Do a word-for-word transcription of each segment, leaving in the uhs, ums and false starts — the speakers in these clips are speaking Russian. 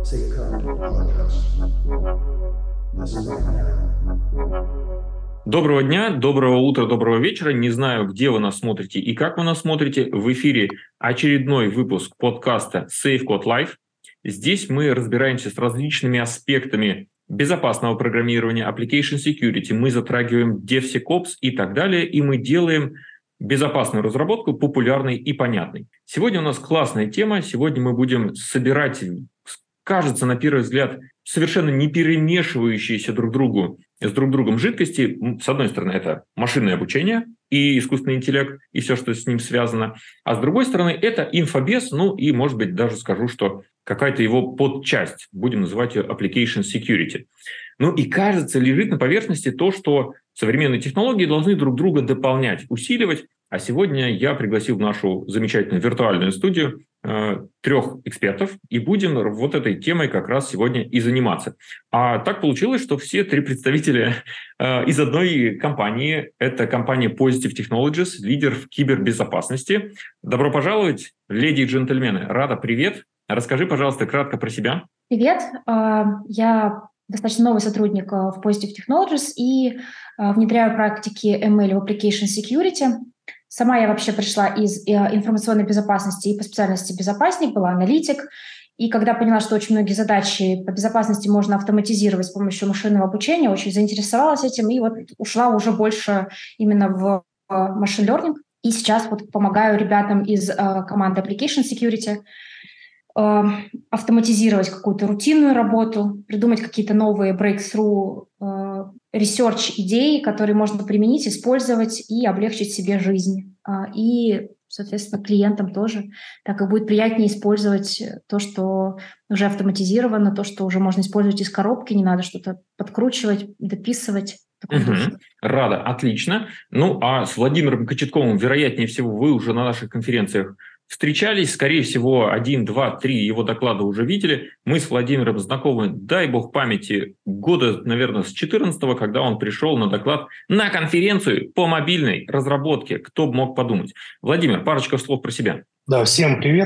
Доброго дня, доброго утра, доброго вечера. Не знаю, где вы нас смотрите и как вы нас смотрите. В эфире очередной выпуск подкаста SafeCode Live. Здесь мы разбираемся с различными аспектами безопасного программирования, application security. Мы затрагиваем DevSecOps и так далее, и мы делаем безопасную разработку популярной и понятной. Сегодня у нас классная тема. Сегодня мы будем собирать, кажется, на первый взгляд, совершенно не перемешивающиеся друг другу с друг другом жидкости. С одной стороны, это машинное обучение и искусственный интеллект, и все, что с ним связано. А с другой стороны, это инфобез, ну и, может быть, даже скажу, что какая-то его подчасть. Будем называть ее application security. Ну и, кажется, лежит на поверхности то, что современные технологии должны друг друга дополнять, усиливать. А сегодня я пригласил в нашу замечательную виртуальную студию э, трех экспертов, и будем вот этой темой как раз сегодня и заниматься. А так получилось, что все три представителя э, из одной компании. Это компания Positive Technologies, лидер в кибербезопасности. Добро пожаловать, леди и джентльмены. Рада, привет. Расскажи, пожалуйста, кратко про себя. Привет. Я достаточно новый сотрудник в Positive Technologies и внедряю практики эм эл в Application Security. Сама я вообще пришла из информационной безопасности и по специальности безопасник, была аналитик. И когда поняла, что очень многие задачи по безопасности можно автоматизировать с помощью машинного обучения, очень заинтересовалась этим и вот ушла уже больше именно в machine learning. И сейчас вот помогаю ребятам из команды Application Security автоматизировать какую-то рутинную работу, придумать какие-то новые breakthrough research идеи, которые можно применить, использовать и облегчить себе жизнь. И, соответственно, клиентам тоже так и будет приятнее использовать то, что уже автоматизировано, то, что уже можно использовать из коробки, не надо что-то подкручивать, дописывать. Угу. Рада, отлично. Ну, а с Владимиром Кочетковым, вероятнее всего, вы уже на наших конференциях встречались, скорее всего, один, два, три его доклада уже видели. Мы с Владимиром знакомы, дай бог памяти, года, наверное, с четырнадцатого, когда он пришел на доклад на конференцию по мобильной разработке. Кто бы мог подумать. Владимир, парочка слов про себя. Да, всем привет.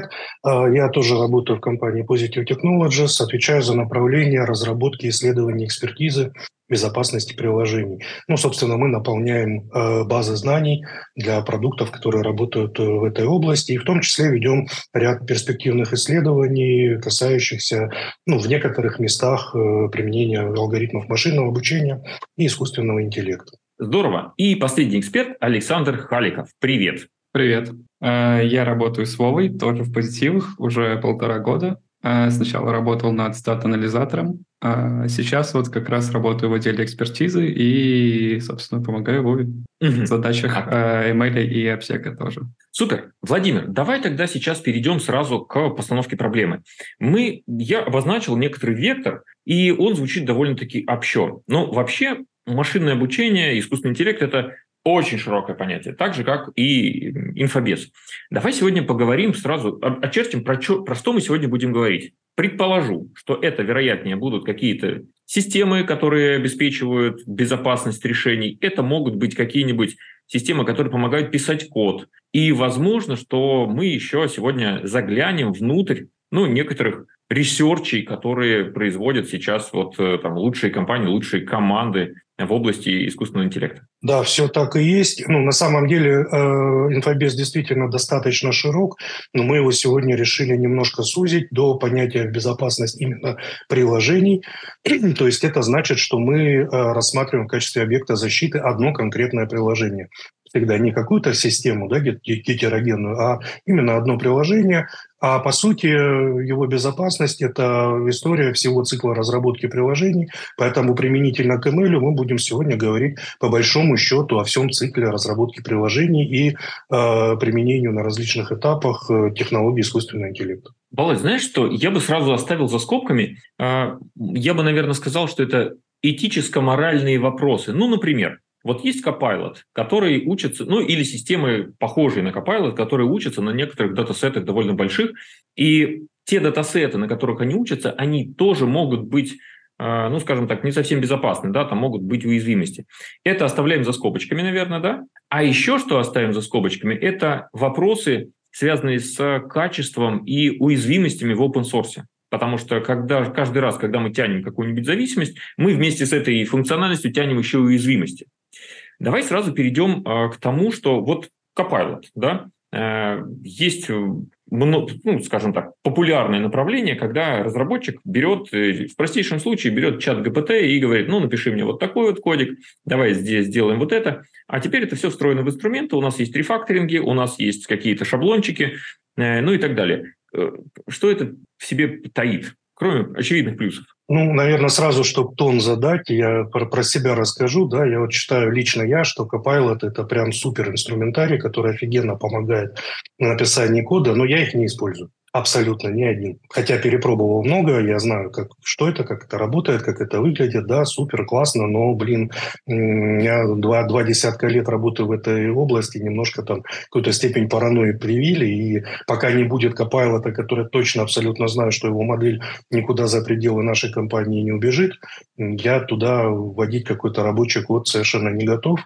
Я тоже работаю в компании Positive Technologies, отвечаю за направление разработки, исследований, экспертизы безопасности приложений. Ну, собственно, мы наполняем базы знаний для продуктов, которые работают в этой области, и в том числе ведем ряд перспективных исследований, касающихся, ну, в некоторых местах применения алгоритмов машинного обучения и искусственного интеллекта. Здорово. И последний эксперт Александр Халиков. Привет. Привет. Я работаю с Вовой, тоже в позитивах, уже полтора года. Сначала работал над стат-анализатором, а сейчас вот как раз работаю в отделе экспертизы и, собственно, помогаю Вове угу. в задачах эм эл и обсека тоже. Супер. Владимир, давай тогда сейчас перейдем сразу к постановке проблемы. Мы, я обозначил некоторый вектор, и он звучит довольно-таки общо. Но вообще машинное обучение, искусственный интеллект – это очень широкое понятие, так же, как и инфобез. Давай сегодня поговорим сразу, очертим, про, чё, про что мы сегодня будем говорить. Предположу, что это, вероятнее, будут какие-то системы, которые обеспечивают безопасность решений. Это могут быть какие-нибудь системы, которые помогают писать код. И возможно, что мы еще сегодня заглянем внутрь, ну, некоторых ресерчей, которые производят сейчас вот там лучшие компании, лучшие команды в области искусственного интеллекта. Да, все так и есть. Ну, на самом деле э, инфобез действительно достаточно широк, но мы его сегодня решили немножко сузить до понятия безопасность именно приложений. То есть это значит, что мы э, рассматриваем в качестве объекта защиты одно конкретное приложение. Всегда не какую-то систему, да, гетерогенную, а именно одно приложение. А по сути его безопасность – это история всего цикла разработки приложений. Поэтому применительно к эм эл мы будем сегодня говорить по большому счету о всем цикле разработки приложений и э, применению на различных этапах технологий искусственного интеллекта. Володь, знаешь что? Я бы сразу оставил за скобками, э, я бы, наверное, сказал, что это этическо-моральные вопросы. Ну, например, вот есть Copilot, который учится, ну или системы, похожие на Copilot, которые учатся на некоторых датасетах довольно больших, и те датасеты, на которых они учатся, они тоже могут быть, ну, скажем так, не совсем безопасны, да, там могут быть уязвимости. Это оставляем за скобочками, наверное, да. А еще что оставим за скобочками, это вопросы, связанные с качеством и уязвимостями в open source. Потому что когда, каждый раз, когда мы тянем какую-нибудь зависимость, мы вместе с этой функциональностью тянем еще и уязвимости. Давай сразу перейдем э, к тому, что вот Copilot, да, э, есть, много, ну, скажем так, популярное направление, когда разработчик берет, э, в простейшем случае берет чат джи пи ти и говорит, ну, напиши мне вот такой вот кодик, давай здесь сделаем вот это. А теперь это все встроено в инструменты, у нас есть рефакторинги, у нас есть какие-то шаблончики, э, ну и так далее. Э, что это в себе таит, кроме очевидных плюсов? Ну, наверное, сразу, чтобы тон задать, я про, про себя расскажу. Да, я вот считаю лично я, что Copilot – это прям супер инструментарий, который офигенно помогает в написании кода, но я их не использую. Абсолютно ни один. Хотя перепробовал много, я знаю, как, что это, как это работает, как это выглядит. Да, супер, классно, но, блин, я два, два десятка лет работаю в этой области, немножко там какую-то степень паранойи привили, и пока не будет Copilot, который точно абсолютно знаю, что его модель никуда за пределы нашей компании не убежит, я туда вводить какой-то рабочий код совершенно не готов.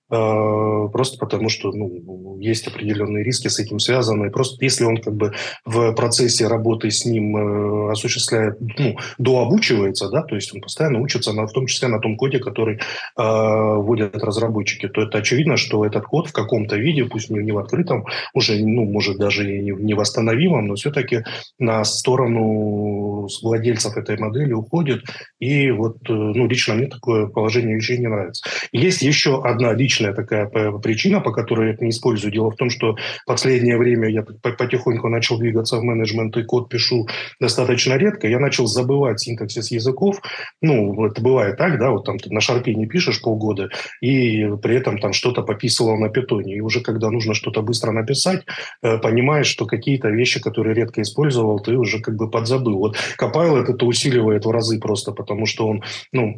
Просто потому, что ну, есть определенные риски с этим связаны. Просто если он как бы в процессе работы с ним э, осуществляет, ну, дообучивается, да, то есть он постоянно учится, на, в том числе на том коде, который э, вводят разработчики, то это очевидно, что этот код в каком-то виде, пусть не, не в открытом, уже, ну, может, даже и не, не восстановимом, но все-таки на сторону владельцев этой модели уходит. И вот, э, ну, лично мне такое положение вещей не нравится. Есть еще одна личная такая причина, по которой я это не использую. Дело в том, что в последнее время я потихоньку начал двигаться в менеджмент, и код пишу достаточно редко. Я начал забывать синтаксис языков. Ну, это бывает так, да, вот там ты на шарпе не пишешь полгода, и при этом там что-то пописывал на питоне. И уже когда нужно что-то быстро написать, понимаешь, что какие-то вещи, которые редко использовал, ты уже как бы подзабыл. Вот Copilot это усиливает в разы просто, потому что он, ну,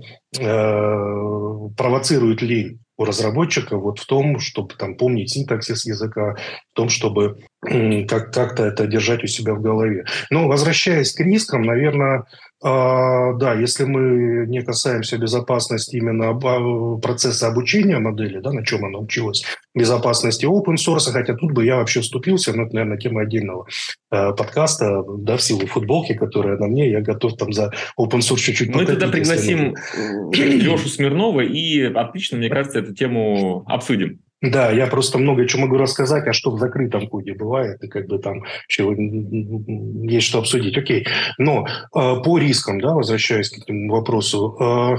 э, провоцирует лень у разработчика вот в том, чтобы там помнить синтаксис языка, в том, чтобы как- как-то это держать у себя в голове. Но возвращаясь к рискам, наверное, а, да, если мы не касаемся безопасности именно об- процесса обучения модели, да, на чем она училась, безопасности open source, хотя тут бы я вообще вступился, но это, наверное, тема отдельного э, подкаста, да, в силу футболки, которая на мне, я готов там за open source чуть-чуть Мы потопить, тогда если пригласим нужно. Лешу Смирнова и отлично, мне кажется, эту тему обсудим. Да, я просто много чего могу рассказать, а что в закрытом коде бывает, и как бы там еще есть что обсудить. Окей, но э, по рискам, да, возвращаясь к этому вопросу, э,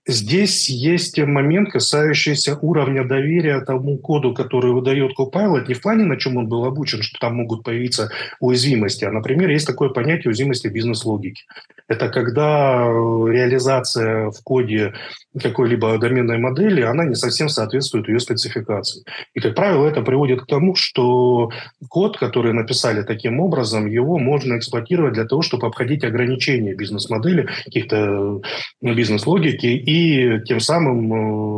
здесь есть момент, касающийся уровня доверия тому коду, который выдает Copilot, не в плане, на чем он был обучен, что там могут появиться уязвимости, а, например, есть такое понятие уязвимости бизнес-логики. Это когда реализация в коде какой-либо доменной модели, она не совсем соответствует ее спецификации. И, как правило, это приводит к тому, что код, который написали таким образом, его можно эксплуатировать для того, чтобы обходить ограничения бизнес-модели, каких-то бизнес-логики, и тем самым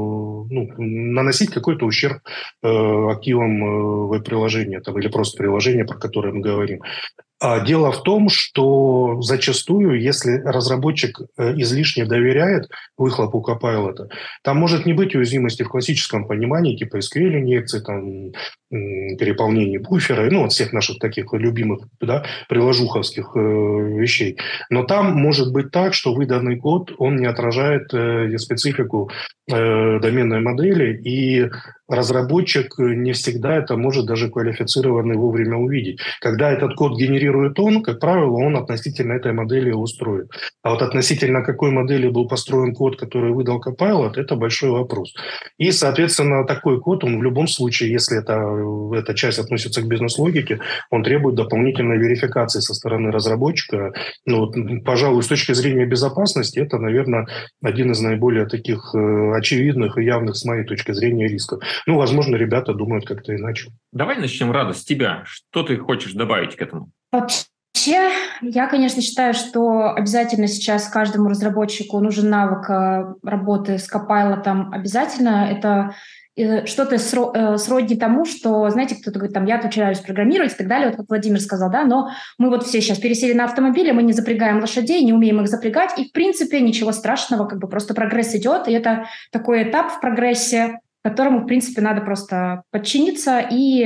ну, наносить какой-то ущерб э, активам э, веб-приложения там, или просто приложения, про которое мы говорим. А дело в том, что зачастую, если разработчик излишне доверяет выхлопу Copilot, там может не быть уязвимости в классическом понимании, типа эс кью эль-инъекции, там, переполнение буфера, ну, от всех наших таких любимых, да, приложуховских э, вещей. Но там может быть так, что выданный код, он не отражает э, специфику э, доменной модели, и разработчик не всегда это может даже квалифицированный вовремя увидеть. Когда этот код генерирует он, как правило, он относительно этой модели устроит. А вот относительно какой модели был построен код, который выдал Copilot, это большой вопрос. И, соответственно, такой код, он в любом случае, если это, эта часть относится к бизнес-логике, он требует дополнительной верификации со стороны разработчика. Ну, пожалуй, с точки зрения безопасности, это, наверное, один из наиболее таких э, очевидных и явных, с моей точки зрения, рисков. Ну, возможно, ребята думают как-то иначе. Давай начнем, Рада, с тебя. Что ты хочешь добавить к этому? Вообще, я, конечно, считаю, что обязательно сейчас каждому разработчику нужен навык работы с Copilot. Обязательно это что-то сродни тому, что, знаете, кто-то говорит, там, я отучаюсь программировать и так далее, вот как Владимир сказал, да, но мы вот все сейчас пересели на автомобили, мы не запрягаем лошадей, не умеем их запрягать, и, в принципе, ничего страшного, как бы просто прогресс идет, и это такой этап в прогрессе, которому, в принципе, надо просто подчиниться и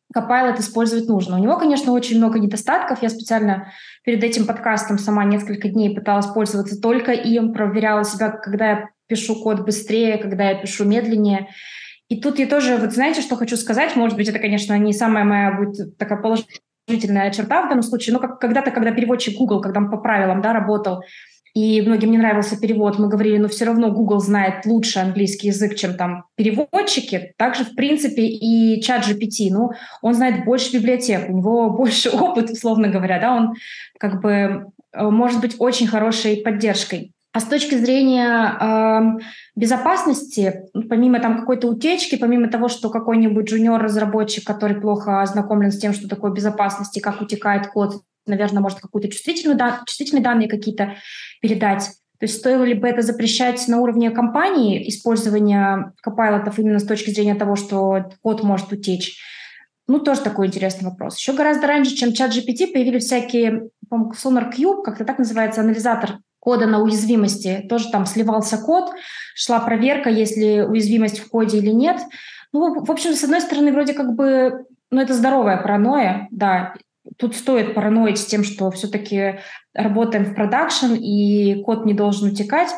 Copilot использовать нужно. У него, конечно, очень много недостатков. Я специально перед этим подкастом сама несколько дней пыталась пользоваться только им, проверяла себя, когда я пишу код быстрее, когда я пишу медленнее. И тут я тоже, вот знаете, что хочу сказать? Может быть, это, конечно, не самая моя будет такая положительная черта в данном случае, но как, когда-то, когда переводчик Google, когда он по правилам, да, работал, и многим не нравился перевод, мы говорили, но все равно Google знает лучше английский язык, чем там переводчики. Также, в принципе, и чат джи пи ти, ну, он знает больше библиотек, у него больше опыт, условно говоря, да, он как бы может быть очень хорошей поддержкой. А с точки зрения э, безопасности, помимо там какой-то утечки, помимо того, что какой-нибудь джуниор-разработчик, который плохо ознакомлен с тем, что такое безопасность и как утекает код, наверное, может какую-то чувствительную, да, чувствительные данные какие-то передать. То есть стоило ли бы это запрещать на уровне компании, использование копайлотов именно с точки зрения того, что код может утечь? Ну, тоже такой интересный вопрос. Еще гораздо раньше, чем чат джи пи ти, появились всякие, по-моему, SonarQube, как-то так называется, анализатор кода на уязвимости. Тоже там сливался код, шла проверка, есть ли уязвимость в коде или нет. Ну, в общем, с одной стороны, вроде как бы, ну, это здоровая паранойя, да. Тут стоит параноить с тем, что все-таки работаем в продакшн, и код не должен утекать,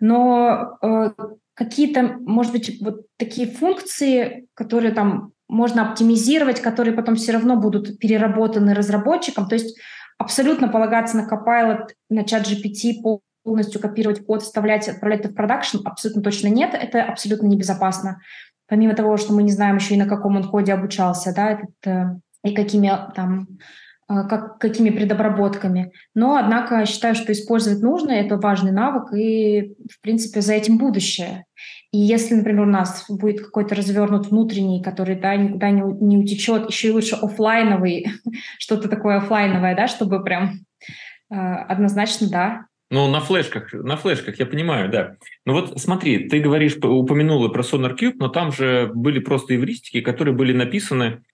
но э, какие-то, может быть, вот такие функции, которые там можно оптимизировать, которые потом все равно будут переработаны разработчиком, то есть абсолютно полагаться на Copilot, на чат джи пи ти, полностью копировать код, вставлять, отправлять в продакшн абсолютно точно нет, это абсолютно небезопасно. Помимо того, что мы не знаем еще и на каком он коде обучался, да, этот, э, и какими там как, какими предобработками. Но, однако, считаю, что использовать нужно, это важный навык, и, в принципе, за этим будущее. И если, например, у нас будет какой-то развернут внутренний, который да, никуда не, не утечет, еще и лучше офлайновый, что-то такое офлайновое, да, чтобы прям э, однозначно, да. Ну, на флешках, на флешках, я понимаю, да. Ну вот смотри, ты говоришь, упомянула про SonarQube, но там же были просто эвристики, которые были написаны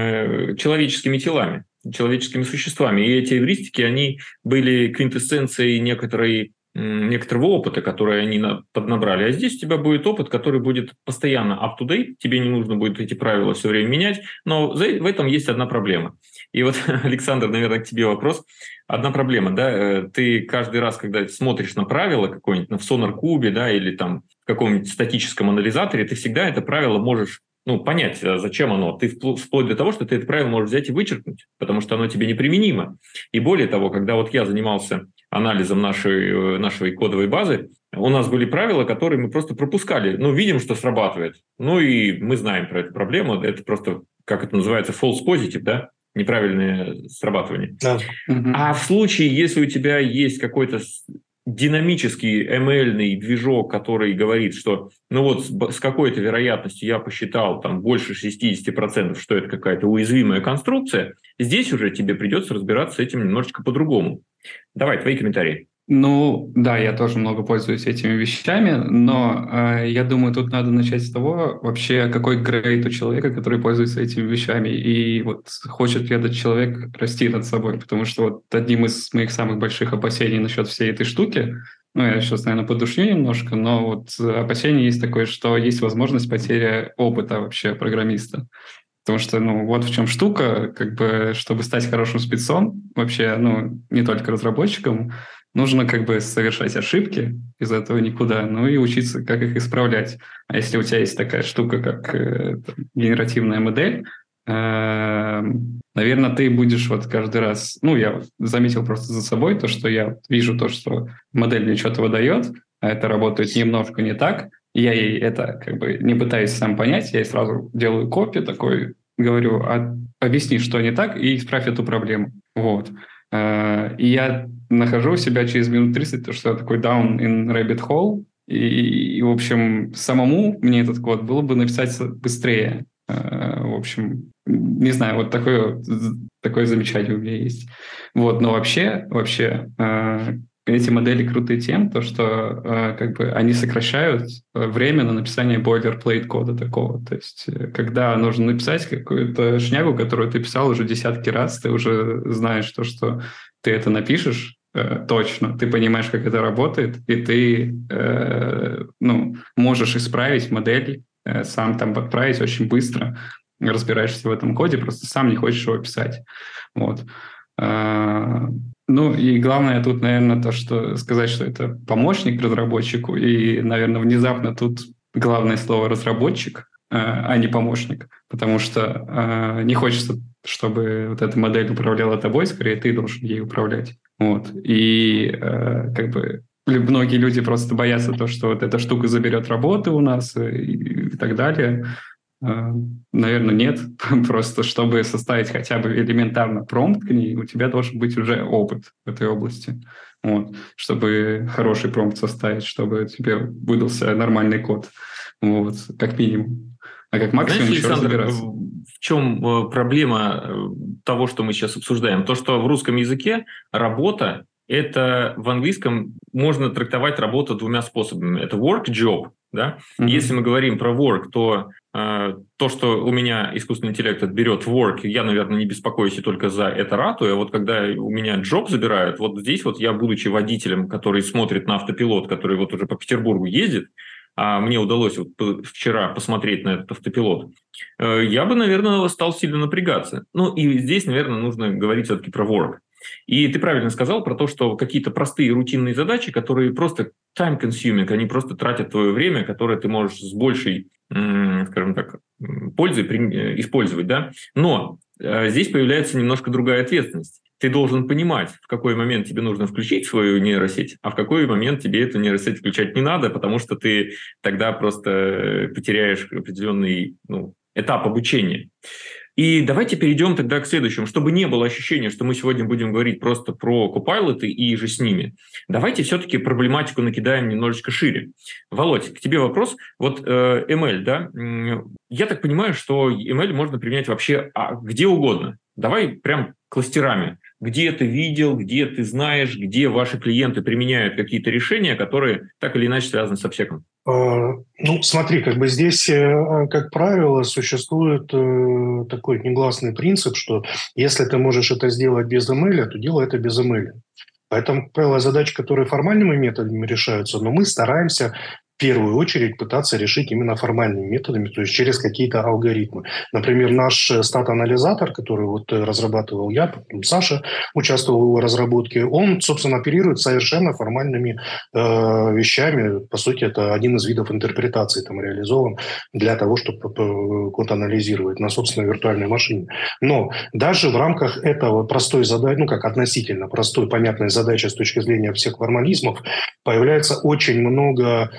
э, человеческими телами, человеческими существами. И эти эвристики, они были квинтэссенцией некоторой, некоторого опыта, который они поднабрали. А здесь у тебя будет опыт, который будет постоянно up-to-date, тебе не нужно будет эти правила все время менять, но в этом есть одна проблема. И вот, Александр, наверное, к тебе вопрос. Одна проблема, да, ты каждый раз, когда смотришь на правило какое-нибудь, в SonarQube, да, или там в каком-нибудь статическом анализаторе, ты всегда это правило можешь, ну, понять, зачем оно. Ты вплоть до того, что ты это правило можешь взять и вычеркнуть, потому что оно тебе неприменимо. И более того, когда вот я занимался анализом нашей, нашей кодовой базы, у нас были правила, которые мы просто пропускали. Ну, видим, что срабатывает. Ну, и мы знаем про эту проблему. Это просто, как это называется, false positive, да? Неправильное срабатывание. Да. А в случае, если у тебя есть какой-то динамический эм эль-ный движок, который говорит, что ну вот с какой-то вероятностью я посчитал там больше шестьдесят процентов, что это какая-то уязвимая конструкция, здесь уже тебе придется разбираться с этим немножечко по-другому. Давай, твои комментарии. Ну, да, я тоже много пользуюсь этими вещами, но э, я думаю, тут надо начать с того, вообще, какой грейд у человека, который пользуется этими вещами, и вот хочет ли этот человек расти над собой, потому что вот одним из моих самых больших опасений насчет всей этой штуки, ну, я сейчас, наверное, подушню немножко, но вот опасение есть такое, что есть возможность потери опыта вообще программиста. Потому что, ну, вот в чем штука, как бы, чтобы стать хорошим спецом, вообще, ну, не только разработчиком, нужно как бы совершать ошибки, из этого никуда, ну и учиться, как их исправлять. А если у тебя есть такая штука, как э, там, генеративная модель, э, наверное, ты будешь вот каждый раз... Ну, я заметил просто за собой то, что я вижу то, что модель мне что-то выдает, а это работает немножко не так, и я ей это как бы не пытаюсь сам понять, я ей сразу делаю копию такой, говорю, а, объясни, что не так, и исправь эту проблему. Вот. Uh, и я нахожу себя через минут тридцать, то, что я такой down in rabbit hole, и, и, в общем, самому мне этот код было бы написать быстрее. Uh, в общем, не знаю, вот такое, такое замечание у меня есть. Вот, но вообще, вообще uh, эти модели крутые тем, то, что uh, как бы они сокращают время на написание boilerplate кода такого. То есть, когда нужно написать какую-то шнягу, которую ты писал уже десятки раз, ты уже знаешь то, что ты это напишешь э, точно, ты понимаешь, как это работает, и ты э, ну, можешь исправить модель, э, сам там подправить очень быстро. разбираешься в этом коде, просто сам не хочешь его писать. Вот. Ну и главное тут, наверное, то, что сказать, что это помощник разработчику, и, наверное, внезапно тут главное слово «разработчик», а не помощник, потому что не хочется, чтобы вот эта модель управляла тобой, скорее ты должен ей управлять. Вот. И как бы многие люди просто боятся того, что вот эта штука заберет работу у нас и, и так далее. Наверное, нет. Просто чтобы составить хотя бы элементарно промпт к ней, у тебя должен быть уже опыт в этой области. Вот. Чтобы хороший промпт составить, чтобы тебе выдался нормальный код. Вот. Как минимум. А как максимум Знаешь, еще Александр, разбираться. В чем проблема того, что мы сейчас обсуждаем? То, что в русском языке работа – это в английском можно трактовать работу двумя способами. Это work, job. Да? Mm-hmm. Если мы говорим про work, то э, то, что у меня искусственный интеллект отберет work, я, наверное, не беспокоюсь и только за это ратую. А вот когда у меня job забирают, вот здесь вот я, будучи водителем, который смотрит на автопилот, который вот уже по Петербургу ездит, а мне удалось вот вчера посмотреть на этот автопилот, э, я бы, наверное, стал сильно напрягаться. Ну и здесь, наверное, нужно говорить все-таки про work. И ты правильно сказал про то, что какие-то простые рутинные задачи, которые просто time-consuming, они просто тратят твое время, которое ты можешь с большей, скажем так, пользой использовать. Да? Но здесь появляется немножко другая ответственность. Ты должен понимать, в какой момент тебе нужно включить свою нейросеть, а в какой момент тебе эту нейросеть включать не надо, потому что ты тогда просто потеряешь определенный ну, этап обучения. И давайте перейдем тогда к следующему. Чтобы не было ощущения, что мы сегодня будем говорить просто про Copilot и же с ними, давайте все-таки проблематику накидаем немножечко шире. Володь, к тебе вопрос. Вот э, эм эл, да? Я так понимаю, что эм эл можно применять вообще а, где угодно. Давай прям кластерами. Где ты видел, где ты знаешь, где ваши клиенты применяют какие-то решения, которые так или иначе связаны с обсеком? Ну, смотри, как бы здесь, как правило, существует такой негласный принцип, что если ты можешь это сделать без эм эл, то делай это без эм эл. Поэтому, как правило, задачи, которые формальными методами решаются, но мы стараемся в первую очередь пытаться решить именно формальными методами, то есть через какие-то алгоритмы. Например, наш стат-анализатор, который вот разрабатывал я, потом Саша участвовал в его разработке, он, собственно, оперирует совершенно формальными э, вещами. По сути, это один из видов интерпретации там реализован для того, чтобы код анализировать на собственной виртуальной машине. Но даже в рамках этого простой задачи, ну как относительно простой, понятной задачи с точки зрения всех формализмов, появляется очень много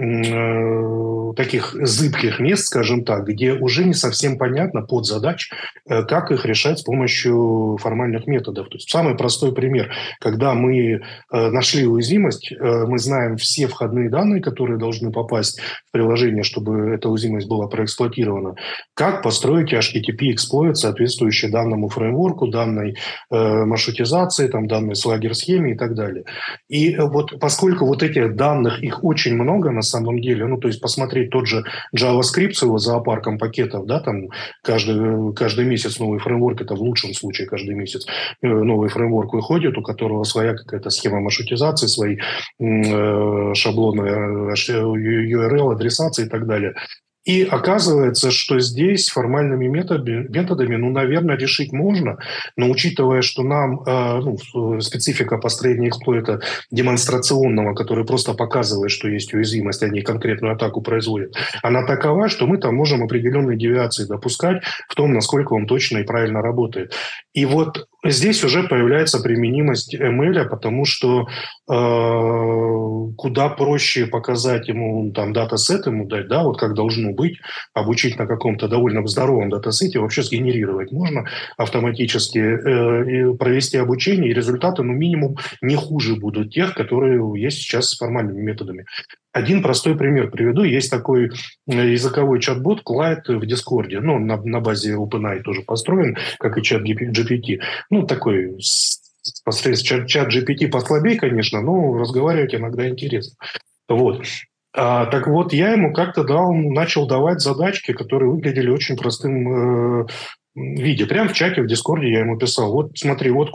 таких зыбких мест, скажем так, где уже не совсем понятно подзадач, как их решать с помощью формальных методов. То есть самый простой пример, когда мы нашли уязвимость, мы знаем все входные данные, которые должны попасть в приложение, чтобы эта уязвимость была проэксплуатирована. Как построить эйч ти ти пи-эксплойт, соответствующий данному фреймворку, данной э, маршрутизации, там, данной Swagger-схеме и так далее. И вот поскольку вот этих данных, их очень много на самом деле, ну, то есть посмотреть тот же JavaScript с его зоопарком пакетов, да, там каждый, каждый месяц новый фреймворк, это в лучшем случае каждый месяц новый фреймворк выходит, у которого своя какая-то схема маршрутизации, свои э, шаблоны ю ар эл, адресации и так далее. И оказывается, что здесь формальными методами, методами, ну, наверное, решить можно, но учитывая, что нам э, ну, специфика построения эксплойта демонстрационного, который просто показывает, что есть уязвимость, а не конкретную атаку производит, она такова, что мы там можем определенные девиации допускать в том, насколько он точно и правильно работает. И вот здесь уже появляется применимость эм эл, потому что э, куда проще показать ему там датасет, ему дать, да, вот как должно быть, обучить на каком-то довольно здоровом датасете, вообще сгенерировать можно автоматически, э, провести обучение, и результаты, ну, минимум, не хуже будут тех, которые есть сейчас с формальными методами. Один простой пример приведу. Есть такой языковой чат-бот Clyde в Дискорде. Ну, на, на базе OpenAI тоже построен, как и чат джи пи ти. Ну, такой посредством чат джи пи ти послабее, конечно, но разговаривать иногда интересно. Вот. А, так вот, я ему как-то дал, начал давать задачки, которые выглядели очень простым э, виде. Прямо в чате в Дискорде я ему писал: вот смотри, вот код,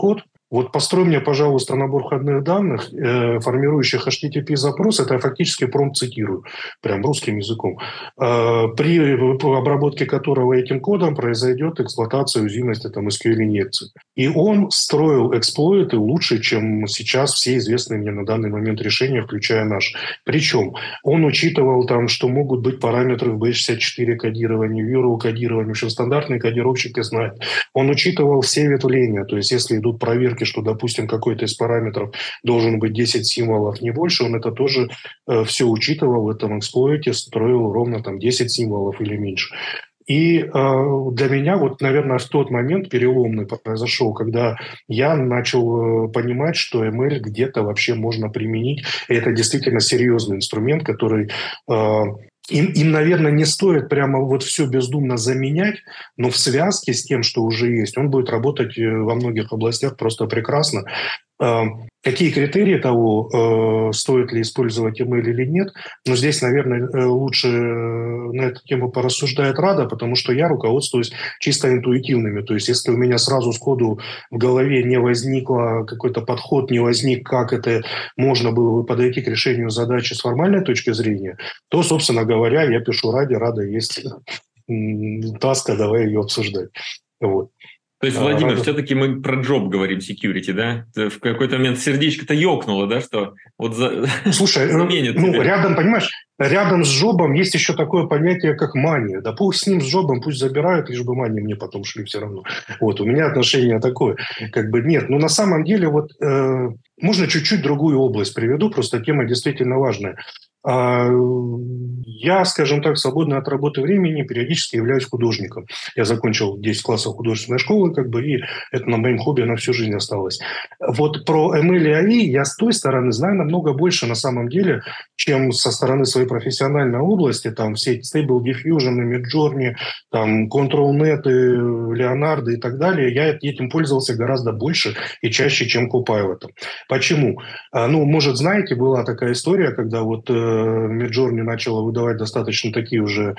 Вот построй мне, пожалуйста, набор входных данных, э, формирующих эйч ти ти пи-запрос, это я фактически промпт цитирую, прям русским языком, э, при обработке которого этим кодом произойдет эксплуатация уязвимости там, эс кью эль-инъекции. И он строил эксплойты лучше, чем сейчас все известные мне на данный момент решения, включая наш. Причем он учитывал, там, что могут быть параметры в би шестьдесят четыре кодировании, в юрл кодировании, в общем, стандартные кодировщики знают. Он учитывал все ветвления, то есть если идут проверки, что, допустим, какой-то из параметров должен быть десять символов, не больше, он это тоже э, все учитывал в этом эксплойте, строил ровно там десять символов или меньше. И э, для меня, вот, наверное, в тот момент переломный произошел, когда я начал э, понимать, что эм эл где-то вообще можно применить. И это действительно серьезный инструмент, который... Э, Им, им, наверное, не стоит прямо вот все бездумно заменять, но в связке с тем, что уже есть, он будет работать во многих областях просто прекрасно. Какие критерии того, стоит ли использовать эм эл или нет, но здесь, наверное, лучше на эту тему порассуждает Рада, потому что я руководствуюсь чисто интуитивными. То есть если у меня сразу сходу в голове не возникло какой-то подход, не возник, как это можно было бы подойти к решению задачи с формальной точки зрения, то, собственно говоря, я пишу Раде, Рада есть таска, давай ее обсуждать. Вот. То есть, Владимир, Рада... все-таки мы про джоб говорим, security, да? В какой-то момент сердечко-то ёкнуло, да, что вот за... Слушай, заменит ну, тебя. рядом, понимаешь, рядом с джобом есть еще такое понятие, как мания. Да пусть с ним, с джобом, пусть забирают, лишь бы мани мне потом шли все равно. Вот, у меня отношение такое. Как бы нет, но на самом деле вот э, можно чуть-чуть другую область приведу, просто тема действительно важная. Я, скажем так, в свободное от работы времени периодически являюсь художником. Я закончил десять классов художественной школы, как бы, и это на моем хобби на всю жизнь осталось. Вот про эм эл и эй ай я с той стороны знаю намного больше на самом деле, чем со стороны своей профессиональной области. Там все эти Stable Diffusion, Midjourney, там ControlNet, Leonardo и так далее. Я этим пользовался гораздо больше и чаще, чем Copilot. Почему? Ну, может, знаете, была такая история, когда вот Midjourney начала выдавать достаточно такие уже,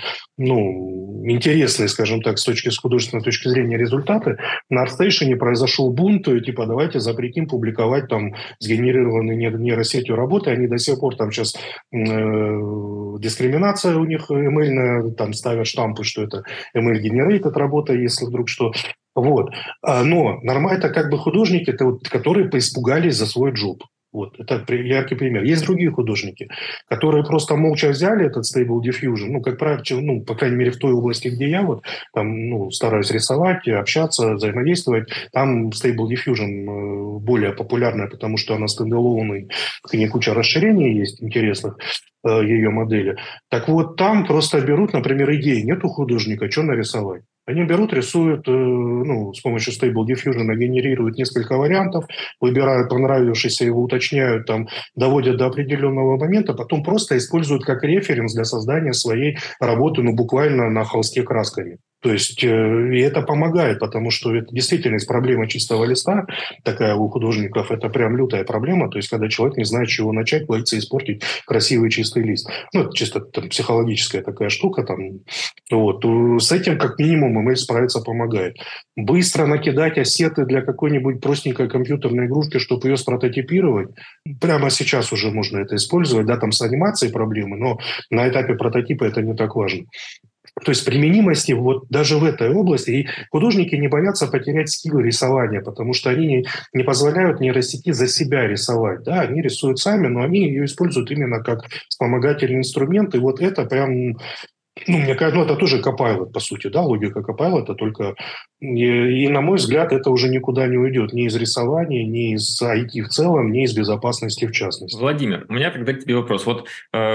ну, интересные, скажем так, с точки с художественной точки зрения результаты. На ArtStation произошел бунт, типа, давайте запретим публиковать там сгенерированные нейросетью работы. Они до сих пор там сейчас э, дискриминация у них эм эльная, там ставят штампы, что это эм эл-генерейтед работа, если вдруг что. Вот. Но нормально, это как бы художники, это вот, которые поиспугались за свой джоб. Вот, это яркий пример. Есть другие художники, которые просто молча взяли этот Stable Diffusion, ну, как правило, ну, по крайней мере, в той области, где я вот, там, ну, стараюсь рисовать, общаться, взаимодействовать, там Stable Diffusion более популярная, потому что она стендалоунный, к ней куча расширений есть интересных, ее модели. Так вот, там просто берут, например, идеи, нет у художника, что нарисовать. Они берут, рисуют, ну, с помощью Stable Diffusion генерируют несколько вариантов, выбирают понравившийся, его уточняют, там, доводят до определенного момента, потом просто используют как референс для создания своей работы, ну, буквально на холсте красками. То есть, э, и это помогает, потому что это действительно есть проблема чистого листа, такая у художников, это прям лютая проблема, то есть, когда человек не знает, с чего начать, боится испортить красивый чистый лист. Ну, это чисто там, психологическая такая штука, там, вот. С этим, как минимум, эм эл справиться помогает. Быстро накидать ассеты для какой-нибудь простенькой компьютерной игрушки, чтобы ее спрототипировать, прямо сейчас уже можно это использовать, да, там с анимацией проблемы, но на этапе прототипа это не так важно. То есть применимости вот даже в этой области. И художники не боятся потерять скилл рисования, потому что они не, не позволяют нейросети за себя рисовать. Да, они рисуют сами, но они ее используют именно как вспомогательный инструмент. И вот это прям... Ну, мне кажется, ну, это тоже Copilot, по сути, да, логика Copilot, только и, и, на мой взгляд, это уже никуда не уйдет ни из рисования, ни из ай ти в целом, ни из безопасности в частности. Владимир, у меня тогда к тебе вопрос. Вот э,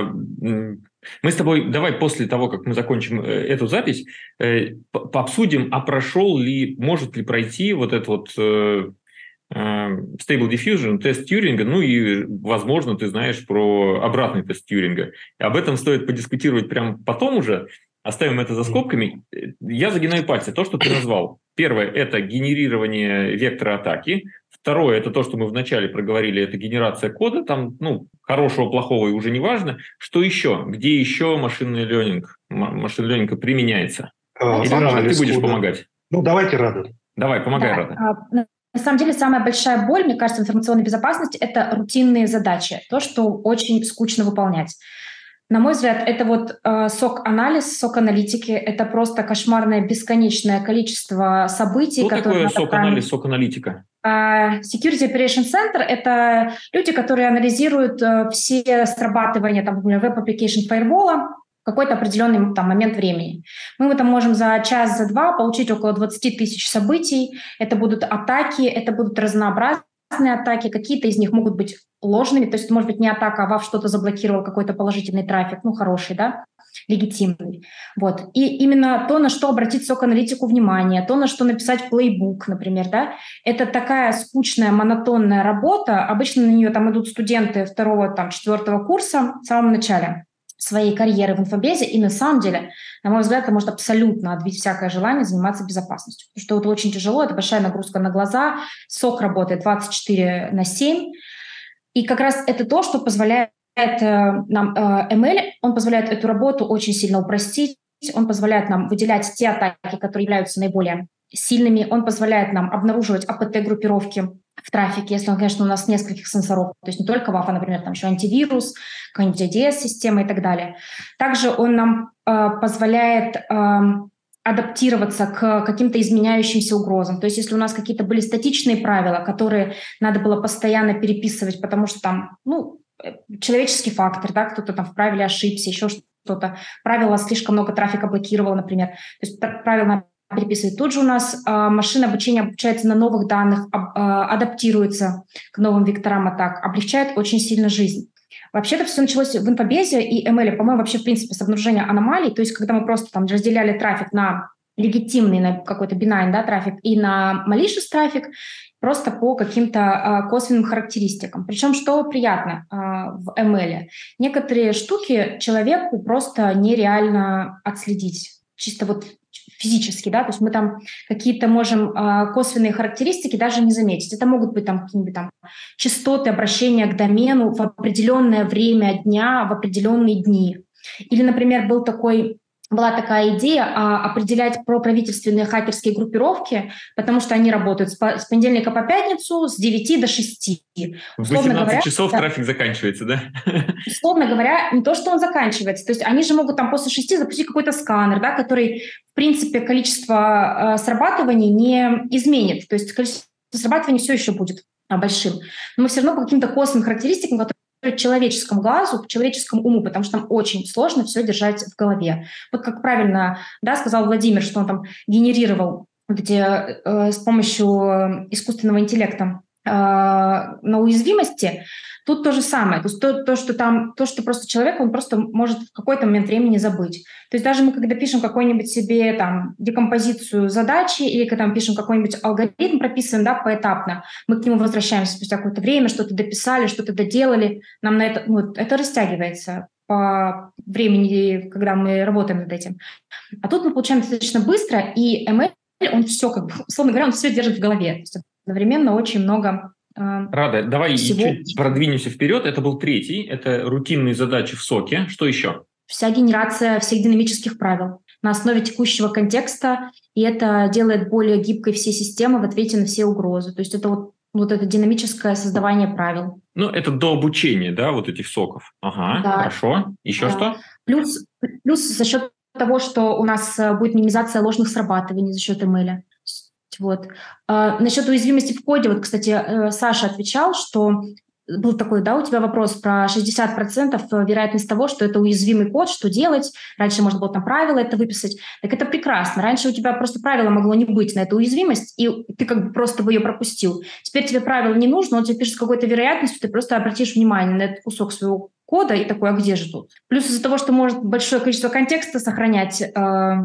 мы с тобой, давай после того, как мы закончим э, эту запись, э, пообсудим, а прошел ли, может ли пройти вот этот вот... Э, Stable Diffusion, тест Тьюринга, ну и, возможно, ты знаешь про обратный тест Тьюринга. Об этом стоит подискутировать прямо потом уже, оставим это за скобками. Я загинаю пальцы. То, что ты назвал. Первое – это генерирование вектора атаки. Второе – это то, что мы вначале проговорили, это генерация кода, там, ну, хорошего, плохого и уже не важно. Что еще? Где еще машинный ленинг, машин ленинг применяется? Или, Рада, ты будешь кода. помогать? Ну, давайте, Рада. Давай, помогай, да, Рада. На самом деле самая большая боль, мне кажется, в информационной безопасности – это рутинные задачи, то, что очень скучно выполнять. На мой взгляд, это вот э, сок-анализ, сок-аналитики, это просто кошмарное бесконечное количество событий. Что такое надо сок-анализ, сок-аналитика? Uh, Security Operation Center — это люди, которые анализируют uh, все срабатывания, там, например, Web Application Firewall в какой-то определенный там, момент времени. Мы это можем за час, за два получить около двадцать тысяч событий. Это будут атаки, это будут разнообразные атаки. Какие-то из них могут быть ложными, то есть, может быть, не атака, а ВАВ что-то заблокировал, какой-то положительный трафик, ну, хороший, да, легитимный. Вот. И именно то, на что обратить сок-аналитику внимание, то, на что написать плейбук, например, да, это такая скучная, монотонная работа. Обычно на нее там идут студенты второго, там, четвертого курса в самом начале своей карьеры в инфобезе, и на самом деле, на мой взгляд, это может абсолютно отбить всякое желание заниматься безопасностью. Потому что это очень тяжело, это большая нагрузка на глаза, сок работает двадцать четыре на семь, и как раз это то, что позволяет нам э, эм эл, он позволяет эту работу очень сильно упростить, он позволяет нам выделять те атаки, которые являются наиболее сильными, он позволяет нам обнаруживать эй пи ти-группировки в трафике, если он, конечно, у нас нескольких сенсоров, то есть не только ВАФ, а, например, там еще антивирус, какая-нибудь эй ди эс-система и так далее. Также он нам э, позволяет э, адаптироваться к каким-то изменяющимся угрозам. То есть если у нас какие-то были статичные правила, которые надо было постоянно переписывать, потому что там, ну, человеческий фактор, да, кто-то там в правиле ошибся, еще что-то, правило слишком много трафика блокировало, например. То есть правило надо переписывать. Тут же у нас э, машина обучения обучается на новых данных, э, адаптируется к новым векторам атак, облегчает очень сильно жизнь. Вообще-то все началось в инфобезе и эм эл, по-моему, вообще в принципе с обнаружения аномалий, то есть когда мы просто там разделяли трафик на легитимный, на какой-то benign, да, трафик и на malicious трафик, просто по каким-то а, косвенным характеристикам. Причем, что приятно а, в эм эл, некоторые штуки человеку просто нереально отследить, чисто вот физически, да, то есть мы там какие-то можем а, косвенные характеристики даже не заметить. Это могут быть там какие-нибудь там частоты обращения к домену в определенное время дня, в определенные дни. Или, например, был такой была такая идея а, определять проправительственные хакерские группировки, потому что они работают с, по, с понедельника по пятницу с девяти до шести. В восемнадцать часов да, трафик заканчивается, да? Условно говоря, не то, что он заканчивается. То есть они же могут там после шести запустить какой-то сканер, да, который, в принципе, количество э, срабатываний не изменит. То есть количество срабатываний все еще будет а, большим. Но мы все равно по каким-то косвенным характеристикам, которые человеческому глазу, человеческому уму, потому что там очень сложно все держать в голове. Вот как правильно, да, сказал Владимир, что он там генерировал вот эти, э, с помощью искусственного интеллекта э, на уязвимости. Тут то же самое. То есть то, то, что там, то, что просто человек, он просто может в какой-то момент времени забыть. То есть даже мы, когда пишем какую-нибудь себе там декомпозицию задачи или когда мы пишем какой-нибудь алгоритм, прописываем, да, поэтапно, мы к нему возвращаемся спустя какое-то время, что-то дописали, что-то доделали, нам на это, ну, это растягивается по времени, когда мы работаем над этим. А тут мы получаем достаточно быстро, и эм эл, он все, как бы, условно говоря, он все держит в голове. То есть одновременно очень много Рада, давай всего. чуть продвинемся вперед. Это был третий, это рутинные задачи в соке. Что еще? Вся генерация всех динамических правил на основе текущего контекста, и это делает более гибкой все системы в ответе на все угрозы. То есть это вот, вот это динамическое создавание правил. Ну, это до обучения, да, вот этих соков. Ага, да. Хорошо. Еще да. что? Плюс, плюс за счет того, что у нас будет минимизация ложных срабатываний за счет эм эл. Вот. А, насчет уязвимости в коде, вот, кстати, Саша отвечал, что был такой, да, у тебя вопрос про шестьдесят процентов вероятность того, что это уязвимый код, что делать. Раньше можно было там правила это выписать. Так это прекрасно. Раньше у тебя просто правила могло не быть на эту уязвимость, и ты как бы просто бы ее пропустил. Теперь тебе правило не нужно, он тебе пишет с какой-то вероятностью, ты просто обратишь внимание на этот кусок своего кода и такой, а где же тут? Плюс из-за того, что может большое количество контекста сохранять э,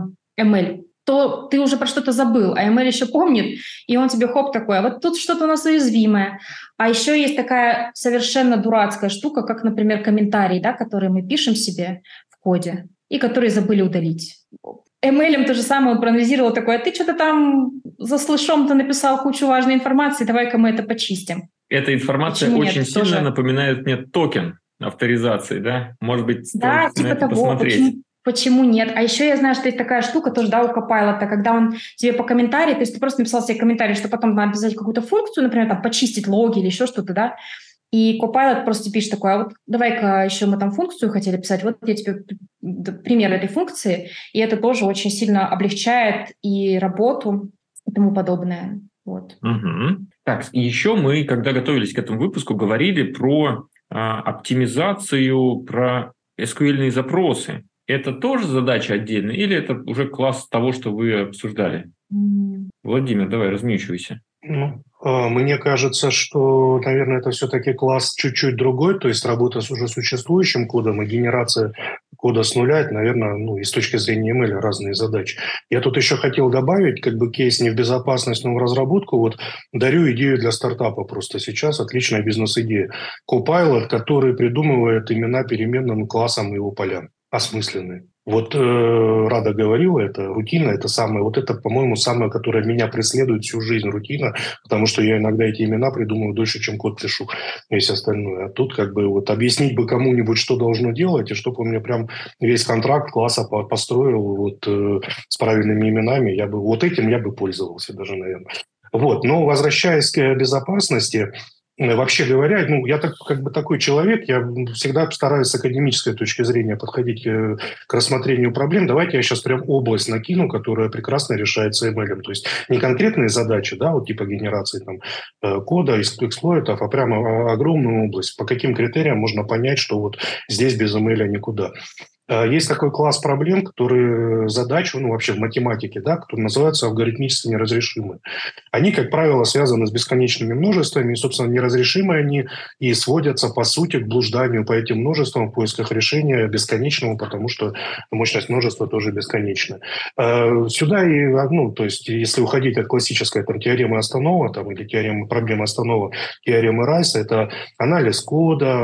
эм эл, то ты уже про что-то забыл, а эм эл еще помнит, и он тебе хоп такой, а вот тут что-то у нас уязвимое. А еще есть такая совершенно дурацкая штука, как, например, комментарии, да, которые мы пишем себе в коде, и которые забыли удалить. эм эл то же самое, он проанализировал такое, а ты что-то там за слышом-то написал кучу важной информации, давай-ка мы это почистим. Эта информация Почему очень нет? сильно Тоже. напоминает мне токен авторизации, да? Может быть, да, стоит типа на это того, посмотреть. почему, почему нет? А еще я знаю, что есть такая штука тоже, да, у Copilot, когда он тебе по комментарии, то есть ты просто написал себе комментарий, что потом надо обязать какую-то функцию, например, там, почистить логи или еще что-то, да, и Copilot просто пишет такое, а вот давай-ка еще мы там функцию хотели писать, вот я тебе пример этой функции, и это тоже очень сильно облегчает и работу и тому подобное. Вот. Угу. Так, и еще мы, когда готовились к этому выпуску, говорили про а, оптимизацию, про эс ку эль-ные запросы. Это тоже задача отдельная или это уже класс того, что вы обсуждали? Mm. Владимир, давай, размечивайся. Ну, мне кажется, что, наверное, это все-таки класс чуть-чуть другой, то есть работа с уже существующим кодом и генерация кода с нуля, это, наверное, ну, и с точки зрения эм эл разные задачи. Я тут еще хотел добавить, как бы кейс не в безопасность, но в разработку. Вот дарю идею для стартапа просто сейчас, отличная бизнес-идея. Copilot, который придумывает имена переменным классам и его полям, осмысленные. Вот э, Рада говорила, это рутина, это самое, вот это, по-моему, самое, которое меня преследует всю жизнь, рутина, потому что я иногда эти имена придумываю дольше, чем код пишу, весь остальное. А тут как бы вот объяснить бы кому-нибудь, что должно делать, и чтобы он мне прям весь контракт класса построил вот э, с правильными именами, я бы вот этим я бы пользовался даже, наверное. Вот, но возвращаясь к безопасности, вообще говоря, ну, я так, как бы такой человек, я всегда стараюсь с академической точки зрения подходить к, к рассмотрению проблем. Давайте я сейчас прям область накину, которая прекрасно решается эм эл. То есть не конкретные задачи, да, вот типа генерации там, кода, эксплойтов, а прямо огромную область. По каким критериям можно понять, что вот здесь без эм эл никуда. Есть такой класс проблем, которые задачи, ну, вообще в математике, да, которые называются алгоритмически неразрешимые. Они, как правило, связаны с бесконечными множествами, и, собственно, неразрешимые они и сводятся, по сути, к блужданию по этим множествам в поисках решения бесконечного, потому что мощность множества тоже бесконечна. Сюда и, ну, то есть, если уходить от классической там, теоремы Останова, там, или теоремы проблемы Останова, теоремы Райса, это анализ кода,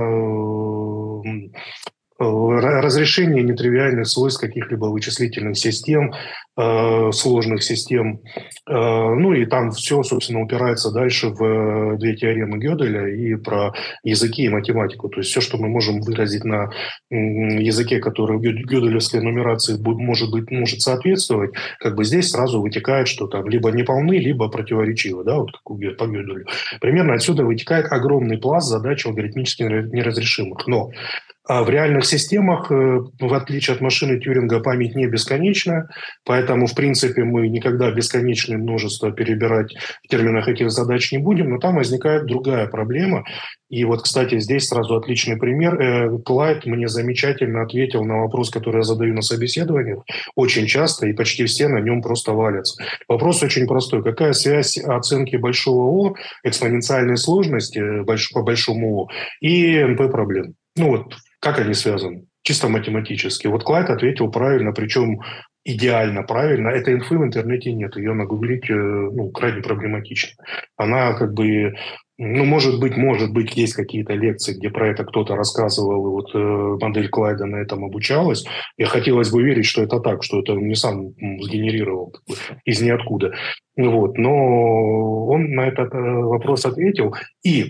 разрешение нетривиальных свойств каких-либо вычислительных систем, э, сложных систем. Э, ну и там все, собственно, упирается дальше в две теоремы Гёделя и про языки и математику. То есть все, что мы можем выразить на языке, который гёделевской нумерации может быть, может соответствовать, как бы здесь сразу вытекает, что там либо неполны, либо противоречивы, да, вот как у по Гёделю. Примерно отсюда вытекает огромный пласт задач алгоритмически неразрешимых. Но А в реальных системах, в отличие от машины Тьюринга, память не бесконечна, поэтому, в принципе, мы никогда бесконечное множество перебирать в терминах этих задач не будем, но там возникает другая проблема. И вот, кстати, здесь сразу отличный пример. Клайд мне замечательно ответил на вопрос, который я задаю на собеседованиях очень часто, и почти все на нем просто валятся. Вопрос очень простой. Какая связь оценки большого О, экспоненциальной сложности по большому О, и эн пэ-проблем? Ну вот, как они связаны? Чисто математически. Вот Клайд ответил правильно, причем идеально правильно. Этой инфы в интернете нет. Ее нагуглить ну, крайне проблематично. Она как бы... Ну, может быть, может быть, есть какие-то лекции, где про это кто-то рассказывал, и вот э, модель Клайда на этом обучалась. И хотелось бы верить, что это так, что это он не сам сгенерировал как бы, из ниоткуда. Вот. Но он на этот э, вопрос ответил. И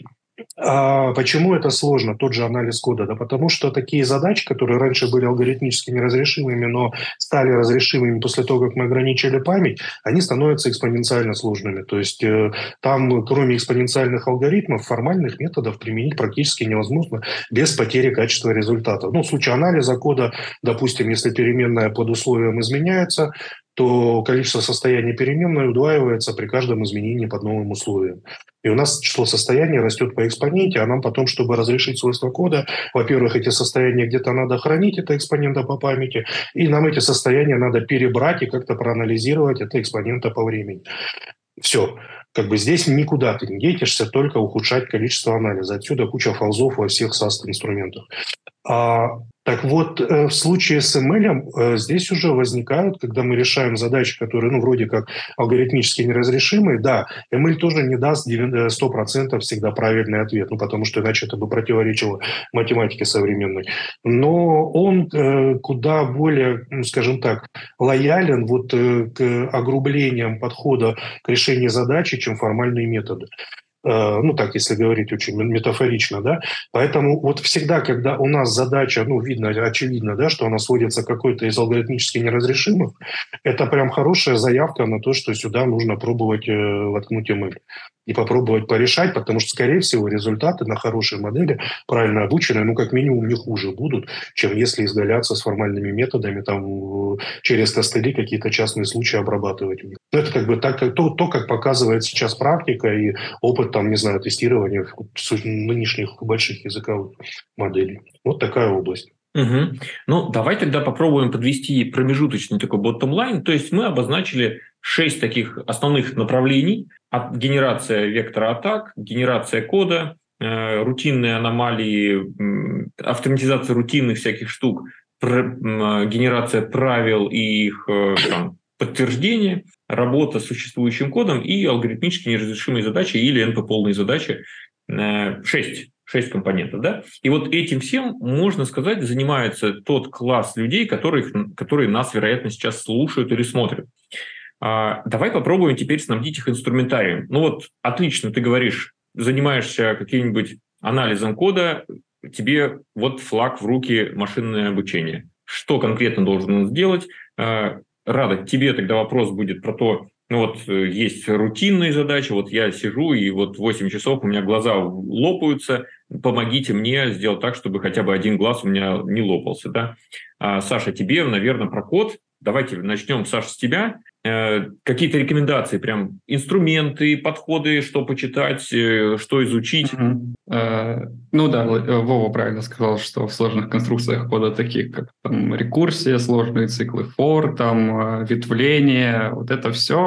А почему это сложно, тот же анализ кода? Да потому что такие задачи, которые раньше были алгоритмически неразрешимыми, но стали разрешимыми после того, как мы ограничили память, они становятся экспоненциально сложными. То есть э, там, кроме экспоненциальных алгоритмов, формальных методов применить практически невозможно без потери качества результата. Ну, в случае анализа кода, допустим, если переменная под условием изменяется, то количество состояний переменной удваивается при каждом изменении под новым условием. И у нас число состояний растет по экспоненте, а нам потом, чтобы разрешить свойства кода, во-первых, эти состояния где-то надо хранить, это экспонента по памяти, и нам эти состояния надо перебрать и как-то проанализировать это экспонента по времени. Все. Как бы здесь никуда ты не детишься, только ухудшать количество анализа. Отсюда куча фалзов во всех саст-инструментах. А, так вот, в случае с эм эл здесь уже возникают, когда мы решаем задачи, которые, ну, вроде как алгоритмически неразрешимые, да, эм эл тоже не даст сто процентов всегда правильный ответ, ну, потому что иначе это бы противоречило математике современной. Но он э, куда более, ну, скажем так, лоялен вот э, к огрублениям подхода к решению задачи, чем формальные методы. ну так, если говорить очень метафорично, да, поэтому вот всегда, когда у нас задача, ну, видно, очевидно, да, что она сводится к какой-то из алгоритмически неразрешимых, это прям хорошая заявка на то, что сюда нужно пробовать воткнуть эм эл и попробовать порешать, потому что, скорее всего, результаты на хорошей модели, правильно обученной, ну, как минимум, не хуже будут, чем если изгаляться с формальными методами, там, через костыли какие-то частные случаи обрабатывать. Ну, это как бы так, то, то, как показывает сейчас практика и опыт, там, не знаю, тестирования нынешних больших языковых моделей. Вот такая область. Угу. Ну, давай тогда попробуем подвести промежуточный такой bottom-line. То есть мы обозначили шесть таких основных направлений. От генерация вектора атак, генерация кода, э, рутинные аномалии, э, автоматизация рутинных всяких штук, пр, э, генерация правил и их э, там, подтверждение, работа с существующим кодом и алгоритмически неразрешимые задачи или эн пи-полные задачи. Э, шесть. Шесть компонентов, да? И вот этим всем, можно сказать, занимается тот класс людей, которые, которые нас, вероятно, сейчас слушают или смотрят. А, давай попробуем теперь снабдить их инструментарием. Ну вот, отлично, ты говоришь, занимаешься каким-нибудь анализом кода, тебе вот флаг в руки машинное обучение. Что конкретно должен он сделать? А, Рада, тебе тогда вопрос будет про то, ну вот есть рутинные задачи, вот я сижу, и вот восемь часов у меня глаза лопаются, помогите мне сделать так, чтобы хотя бы один глаз у меня не лопался. Да? А, Саша, тебе, наверное, про код. Давайте начнем, Саша, с тебя. Э, какие-то рекомендации, прям инструменты, подходы, что почитать, э, что изучить? Mm-hmm. Uh, ну да, Вова правильно сказал, что в сложных конструкциях кода, таких как там, рекурсия, сложные циклы for, там, ветвление, вот это все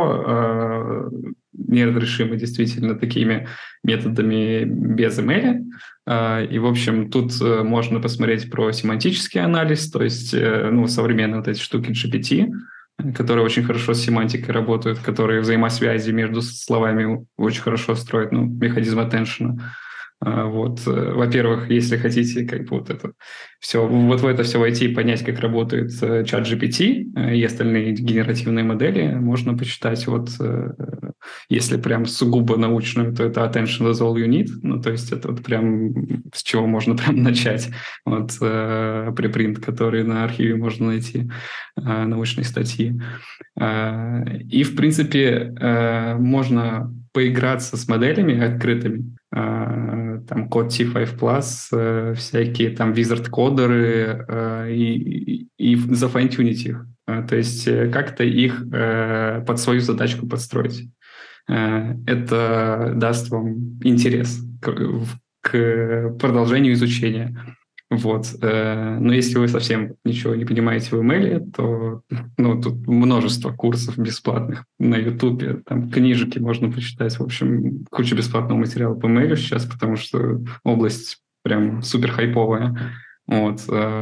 uh, неразрешимо действительно такими методами без эм эл. Uh, и, в общем, тут uh, можно посмотреть про семантический анализ, то есть uh, ну, современные вот эти штуки джи пи ти, которые очень хорошо с семантикой работают, которые взаимосвязи между словами очень хорошо строят, ну, механизм attention. Вот. Во-первых, если хотите как бы вот это все, вот в это все войти и понять, как работает чат джи пи ти и остальные генеративные модели, можно почитать. Вот если прям сугубо научную, то это Attention is all you need. Ну, то есть это вот прям с чего можно прям начать. Вот препринт, который на архиве можно найти, научные статьи. И, в принципе, можно поиграться с моделями открытыми, там код ти пять плюс, всякие там wizard-кодеры, и, и, и зафайнтюнить их. То есть как-то их под свою задачку подстроить. Это даст вам интерес к, к продолжению изучения. Вот. Но если вы совсем ничего не понимаете в эм эл, то ну, тут множество курсов бесплатных на Ютубе, там книжки можно почитать. В общем, куча бесплатного материала по эм эл сейчас, потому что область прям супер хайповая. Вот.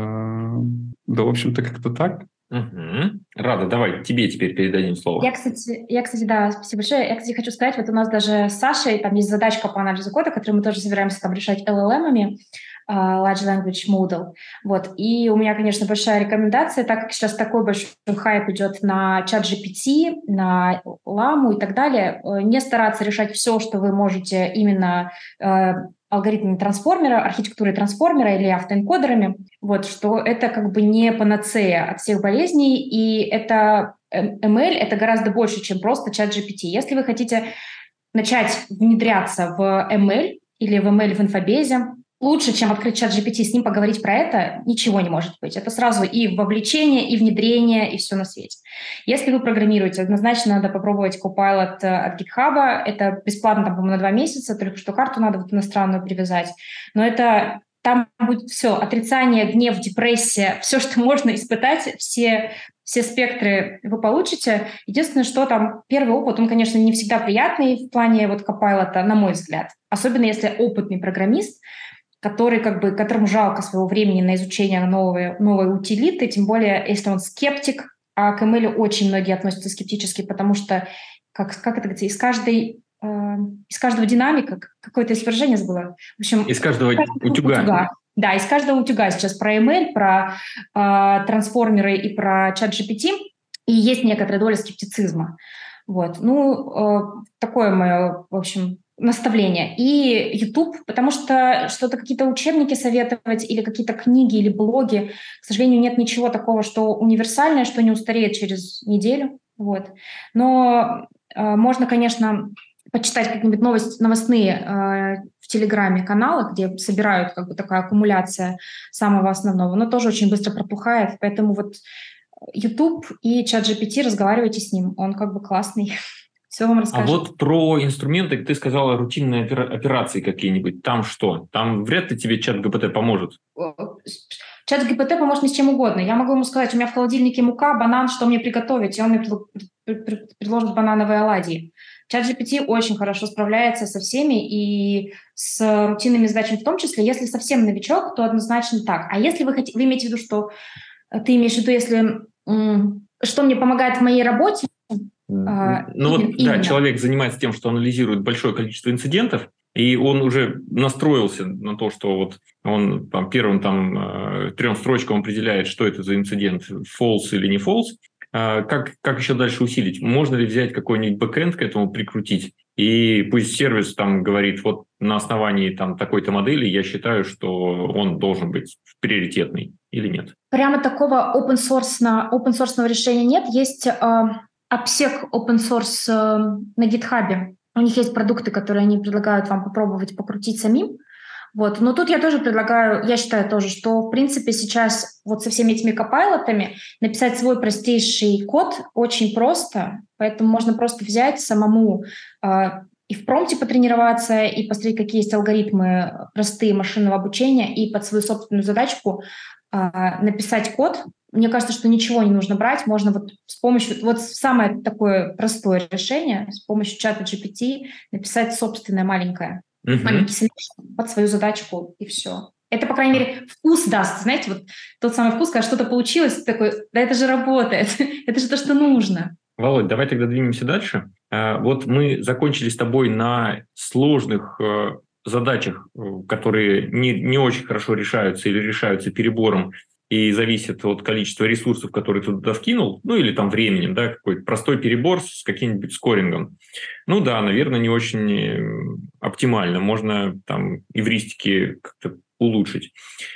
Да, в общем-то, как-то так. Угу. Рада, давай, тебе теперь передадим слово. Я, кстати, я, кстати, да, спасибо большое. Я, кстати, хочу сказать, вот у нас даже с Сашей там есть задачка по анализу кода, которую мы тоже собираемся там решать эл эл эм-ами, uh, Large Language Model. Вот. И у меня, конечно, большая рекомендация, так как сейчас такой большой хайп идет на чат джи пи ти, на ламу и так далее, не стараться решать все, что вы можете именно uh, алгоритмами трансформера, архитектурой трансформера или автоэнкодерами, вот, что это как бы не панацея от всех болезней, и это эм эл — это гораздо больше, чем просто чат джи пи ти. Если вы хотите начать внедряться в эм эл или в эм эл в инфобезе, лучше, чем открыть чат джи пи ти, с ним поговорить про это, ничего не может быть. Это сразу и вовлечение, и внедрение, и все на свете. Если вы программируете, однозначно надо попробовать Copilot от GitHub. Это бесплатно, там, по-моему, на два месяца, только что карту надо вот иностранную привязать. Но это там будет все, отрицание, гнев, депрессия, все, что можно испытать, все, все спектры вы получите. Единственное, что там первый опыт, он, конечно, не всегда приятный в плане вот Copilot, на мой взгляд. Особенно если опытный программист, который, как бы, которому жалко своего времени на изучение новой, новой утилиты, тем более, если он скептик, а к эм эл очень многие относятся скептически, потому что, как, как это говорится, из каждой э, из каждого динамика, какое-то из выражения забыла. В общем, из каждого, из каждого утюга. утюга. Да, из каждого утюга сейчас про эм эл, про э, трансформеры и про чат джи пи ти, и есть некоторая доля скептицизма. Вот. Ну, э, такое мое, в общем, наставления, и YouTube, потому что что-то, какие-то учебники советовать или какие-то книги или блоги, к сожалению, нет ничего такого, что универсальное, что не устареет через неделю. Вот. Но э, можно, конечно, почитать какие-нибудь новости, новостные э, в Телеграме каналы, где собирают как бы такая аккумуляция самого основного, но тоже очень быстро пропухает, поэтому вот YouTube и ChatGPT, разговаривайте с ним, он как бы классный, все вам А расскажет. вот про инструменты, ты сказала, рутинные опера- операции какие-нибудь, там что? Там вряд ли тебе чат Г П Т поможет. Чат Г П Т поможет мне с чем угодно. Я могу ему сказать, у меня в холодильнике мука, банан, что мне приготовить, и он мне предложит банановые оладьи. Чат Джи Пи Ти очень хорошо справляется со всеми и с рутинными задачами в том числе. Если совсем новичок, то однозначно так. А если вы, хотите, вы имеете в виду, что ты имеешь в виду, если что мне помогает в моей работе? А, ну вот, именно. Да, человек занимается тем, что анализирует большое количество инцидентов, и он уже настроился на то, что вот он там, первым там, трем строчкам определяет, что это за инцидент, false или не false. Как, как еще дальше усилить? Можно ли взять какой-нибудь бэкэнд к этому прикрутить? И пусть сервис там говорит, вот на основании там такой-то модели я считаю, что он должен быть приоритетный или нет? Прямо такого open source, open source решения нет. Есть AppSec open source на GitHub. У них есть продукты, которые они предлагают вам попробовать покрутить самим. Вот. Но тут я тоже предлагаю, я считаю тоже, что, в принципе, сейчас вот со всеми этими копайлотами написать свой простейший код очень просто, поэтому можно просто взять самому э, и в промпте потренироваться, и посмотреть, какие есть алгоритмы простые машинного обучения, и под свою собственную задачку э, написать код. Мне кажется, что ничего не нужно брать, можно вот с помощью, вот самое такое простое решение, с помощью чата Джи Пи Ти написать собственное маленькое. Uh-huh. Маленький solution под свою задачку, и все. Это, по крайней мере, вкус даст. Знаете, вот тот самый вкус, когда что-то получилось, такой, да это же работает, это же то, что нужно. Володь, давай тогда двинемся дальше. Вот мы закончили с тобой на сложных задачах, которые не, не очень хорошо решаются или решаются перебором и зависят от количества ресурсов, которые ты туда вкинул, ну или там временем, да, какой-то простой перебор с каким-нибудь скорингом. Ну да, наверное, не очень оптимально, можно там эвристики как-то улучшить.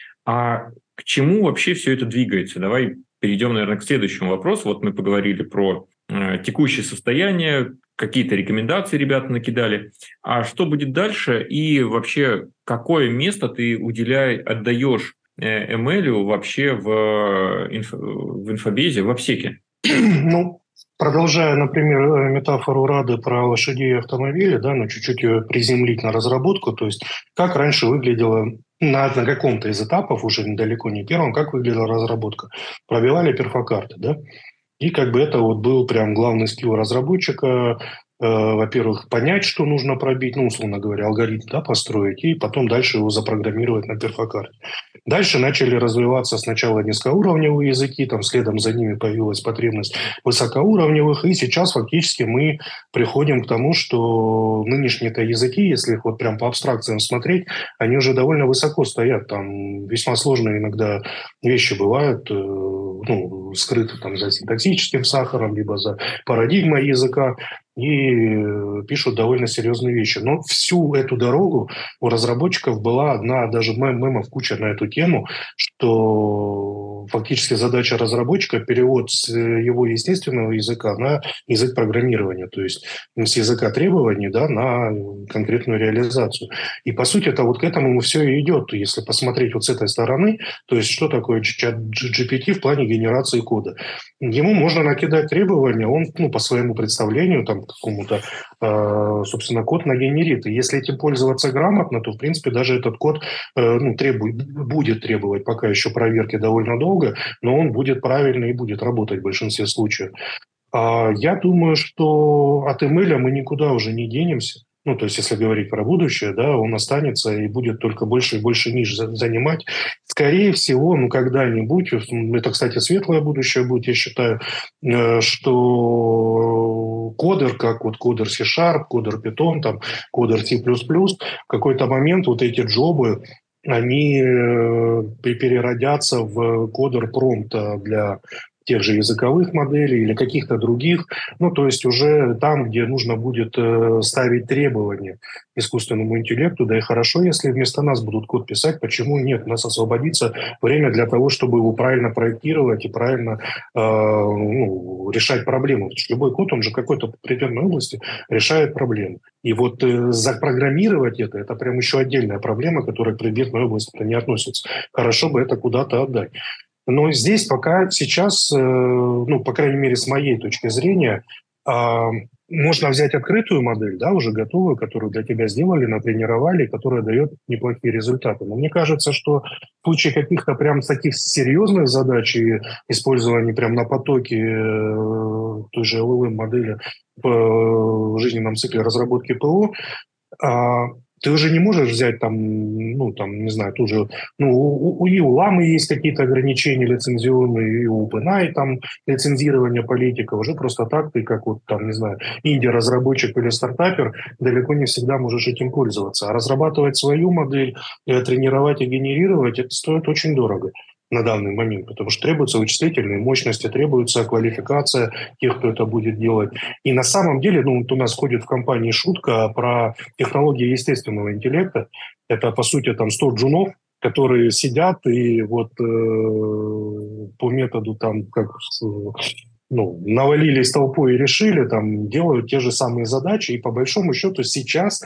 А к чему вообще все это двигается? Давай перейдем, наверное, к следующему вопросу. Вот мы поговорили про э, текущее состояние, какие-то рекомендации ребята накидали. А что будет дальше и вообще какое место ты уделяй, отдаешь эм эл вообще в, инф, в инфобезе, в апсеке? Ну, продолжая, например, метафору Рады про лошадей и автомобили, да, но чуть-чуть ее приземлить на разработку, то есть как раньше выглядела на, на каком-то из этапов, уже недалеко не первом, как выглядела разработка. Пробивали перфокарты, да, и как бы это вот был прям главный скилл разработчика, во-первых, понять, что нужно пробить, ну, условно говоря, алгоритм, да, построить, и потом дальше его запрограммировать на перфокарте. Дальше начали развиваться сначала низкоуровневые языки, там следом за ними появилась потребность высокоуровневых, и сейчас фактически мы приходим к тому, что нынешние-то языки, если их вот прям по абстракциям смотреть, они уже довольно высоко стоят, там весьма сложные иногда вещи бывают, ну, скрыты там за синтаксическим сахаром, либо за парадигмой языка, и пишут довольно серьезные вещи. Но всю эту дорогу у разработчиков была одна, даже мемов куча на эту тему, что фактически задача разработчика – перевод с его естественного языка на язык программирования, то есть с языка требований, да, на конкретную реализацию. И, по сути, это вот к этому все и идет. Если посмотреть вот с этой стороны, то есть что такое чат Джи Пи Ти в плане генерации кода. Ему можно накидать требования, он, ну, по своему представлению, там, какому-то, э, собственно, код нагенерит. И если этим пользоваться грамотно, то, в принципе, даже этот код э, ну, требует, будет требовать пока еще проверки довольно долго, но он будет правильный и будет работать в большинстве случаев. А я думаю, что от эм эл мы никуда уже не денемся. Ну, то есть, если говорить про будущее, да, он останется и будет только больше и больше ниш занимать. Скорее всего, ну, когда-нибудь, это, кстати, светлое будущее будет, я считаю, что кодер, как вот кодер C-Sharp, кодер Python, там, кодер C++, в какой-то момент вот эти джобы, они переродятся в кодер промпта для тех же языковых моделей или каких-то других, ну, то есть уже там, где нужно будет э, ставить требования искусственному интеллекту, да и хорошо, если вместо нас будут код писать, почему нет, у нас освободится время для того, чтобы его правильно проектировать и правильно э, ну, решать проблему. Потому что любой код, он же какой-то в определенной области решает проблему. И вот э, запрограммировать это, это прям еще отдельная проблема, которая к предметной области не относится. Хорошо бы это куда-то отдать. Но здесь пока сейчас, ну, по крайней мере, с моей точки зрения, можно взять открытую модель, да, уже готовую, которую для тебя сделали, натренировали, которая дает неплохие результаты. Но мне кажется, что в случае каких-то прям таких серьезных задач и использования прям на потоке той же эл эл эм-модели в жизненном цикле разработки ПО, ты уже не можешь взять там, ну, там, не знаю, ту же, ну, у, у, и у Ламы есть какие-то ограничения лицензионные, и у OpenAI там лицензирование политика. Уже просто так ты, как вот там, не знаю, инди-разработчик или стартапер, далеко не всегда можешь этим пользоваться. А разрабатывать свою модель, тренировать и генерировать, это стоит очень дорого на данный момент, потому что требуются вычислительные мощности, требуется квалификация тех, кто это будет делать. И на самом деле, ну, вот у нас ходит в компании шутка про технологии естественного интеллекта. Это, по сути, там сто джунов, которые сидят и вот э, по методу там, как... ну, навалились толпой и решили, там, делают те же самые задачи, и по большому счету сейчас, э,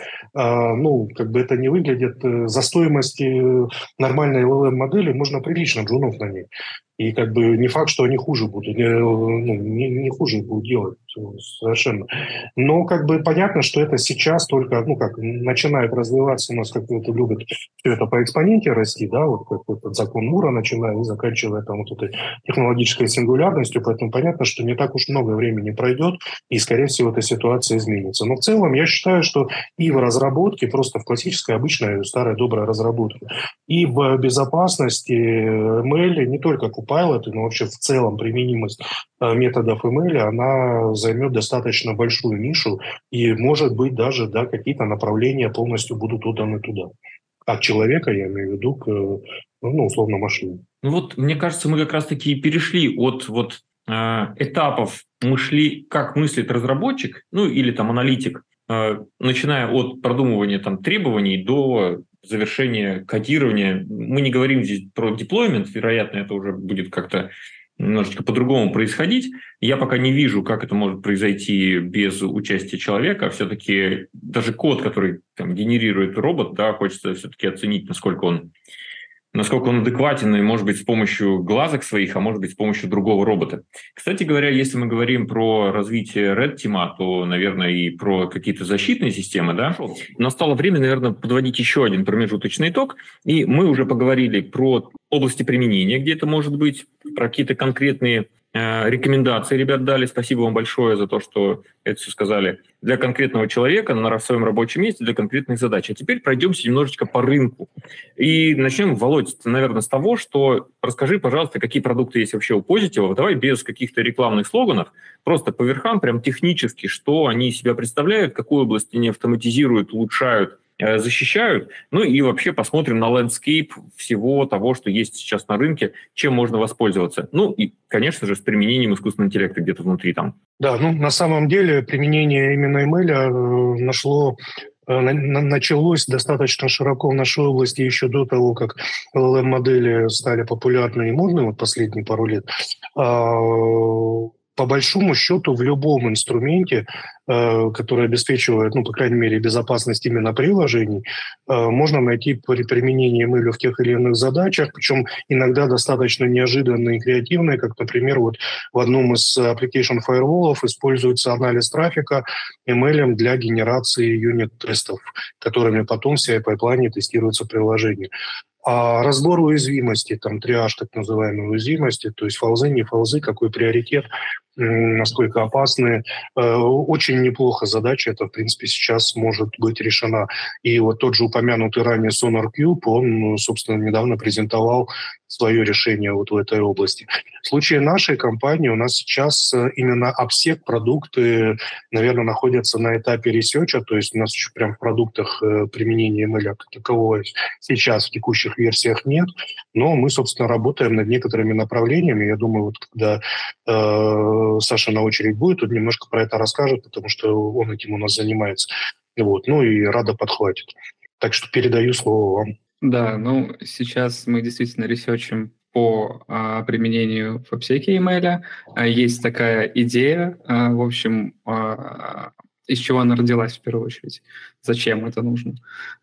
ну, как бы это не выглядит, э, за стоимость нормальной эл эл эм-модели можно прилично джунов нанять. И как бы не факт, что они хуже будут, не, ну, не, не хуже будут делать совершенно. Но как бы понятно, что это сейчас только, ну, как начинает развиваться у нас, как это любят, все это по экспоненте расти, да, вот как этот закон Мура, начиная и заканчивая там вот этой технологической сингулярностью, поэтому понятно, что не так уж много времени пройдет, и, скорее всего, эта ситуация изменится. Но в целом я считаю, что и в разработке, просто в классической, обычной, старой, доброй разработке, и в безопасности эм эл, не только Copilot, но вообще в целом применимость методов эм эл, она займет достаточно большую нишу, и, может быть, даже да, какие-то направления полностью будут отданы туда. От человека, я имею в виду, к, ну, условно, машине. Ну вот, мне кажется, мы как раз-таки перешли от вот, э, этапов, мы шли, как мыслит разработчик, ну, или там аналитик, э, начиная от продумывания там требований до завершения кодирования. Мы не говорим здесь про деплоймент, вероятно, это уже будет как-то немножечко по-другому происходить. Я пока не вижу, как это может произойти без участия человека. Все-таки даже код, который там генерирует робот, да, хочется все-таки оценить, насколько он, насколько он адекватен, и, может быть, с помощью глазок своих, а может быть, с помощью другого робота. Кстати говоря, если мы говорим про развитие Red Team, то, наверное, и про какие-то защитные системы, да, настало время, наверное, подводить еще один промежуточный итог. И мы уже поговорили про области применения, где это может быть, про какие-то конкретные э, рекомендации ребят дали. Спасибо вам большое за то, что это все сказали. Для конкретного человека на своем рабочем месте, для конкретных задач. А теперь пройдемся немножечко по рынку. И начнем, Володь, наверное, с того, что расскажи, пожалуйста, какие продукты есть вообще у Позитива. Давай без каких-то рекламных слоганов, просто по верхам, прям технически, что они из себя представляют, какую область они автоматизируют, улучшают, защищают, ну и вообще посмотрим на landscape всего того, что есть сейчас на рынке, чем можно воспользоваться. Ну и, конечно же, с применением искусственного интеллекта где-то внутри там. Да, ну на самом деле применение именно эм эл нашло началось достаточно широко в нашей области еще до того, как эл эл эм-модели стали популярны и модны вот последние пару лет. По большому счету в любом инструменте, который обеспечивает, ну, по крайней мере, безопасность именно приложений, можно найти применение эм эл в тех или иных задачах, причем иногда достаточно неожиданные и креативные, как, например, вот в одном из application firewall'ов используется анализ трафика эм эл для генерации юнит-тестов, которыми потом в си ай-пайплайне тестируется приложение. А разбор уязвимости, там триаж так называемой уязвимости, то есть фолзы, не фолзы, какой приоритет, насколько опасны. Очень неплохо задача эта, в принципе, сейчас может быть решена. И вот тот же упомянутый ранее SonarQube, он, собственно, недавно презентовал свое решение вот в этой области. В случае нашей компании у нас сейчас именно обсек продукты, наверное, находятся на этапе ресерча, то есть у нас еще прям в продуктах применения эм эл как такового сейчас в текущих версиях нет, но мы, собственно, работаем над некоторыми направлениями. Я думаю, вот когда э, Саша на очередь будет, он немножко про это расскажет, потому что он этим у нас занимается. Вот. Ну и Рада подхватит. Так что передаю слово вам. Да, ну сейчас мы действительно ресерчим по а, применению в обсеке эм эл. А, есть такая идея, а, в общем, а, из чего она родилась в первую очередь, зачем это нужно.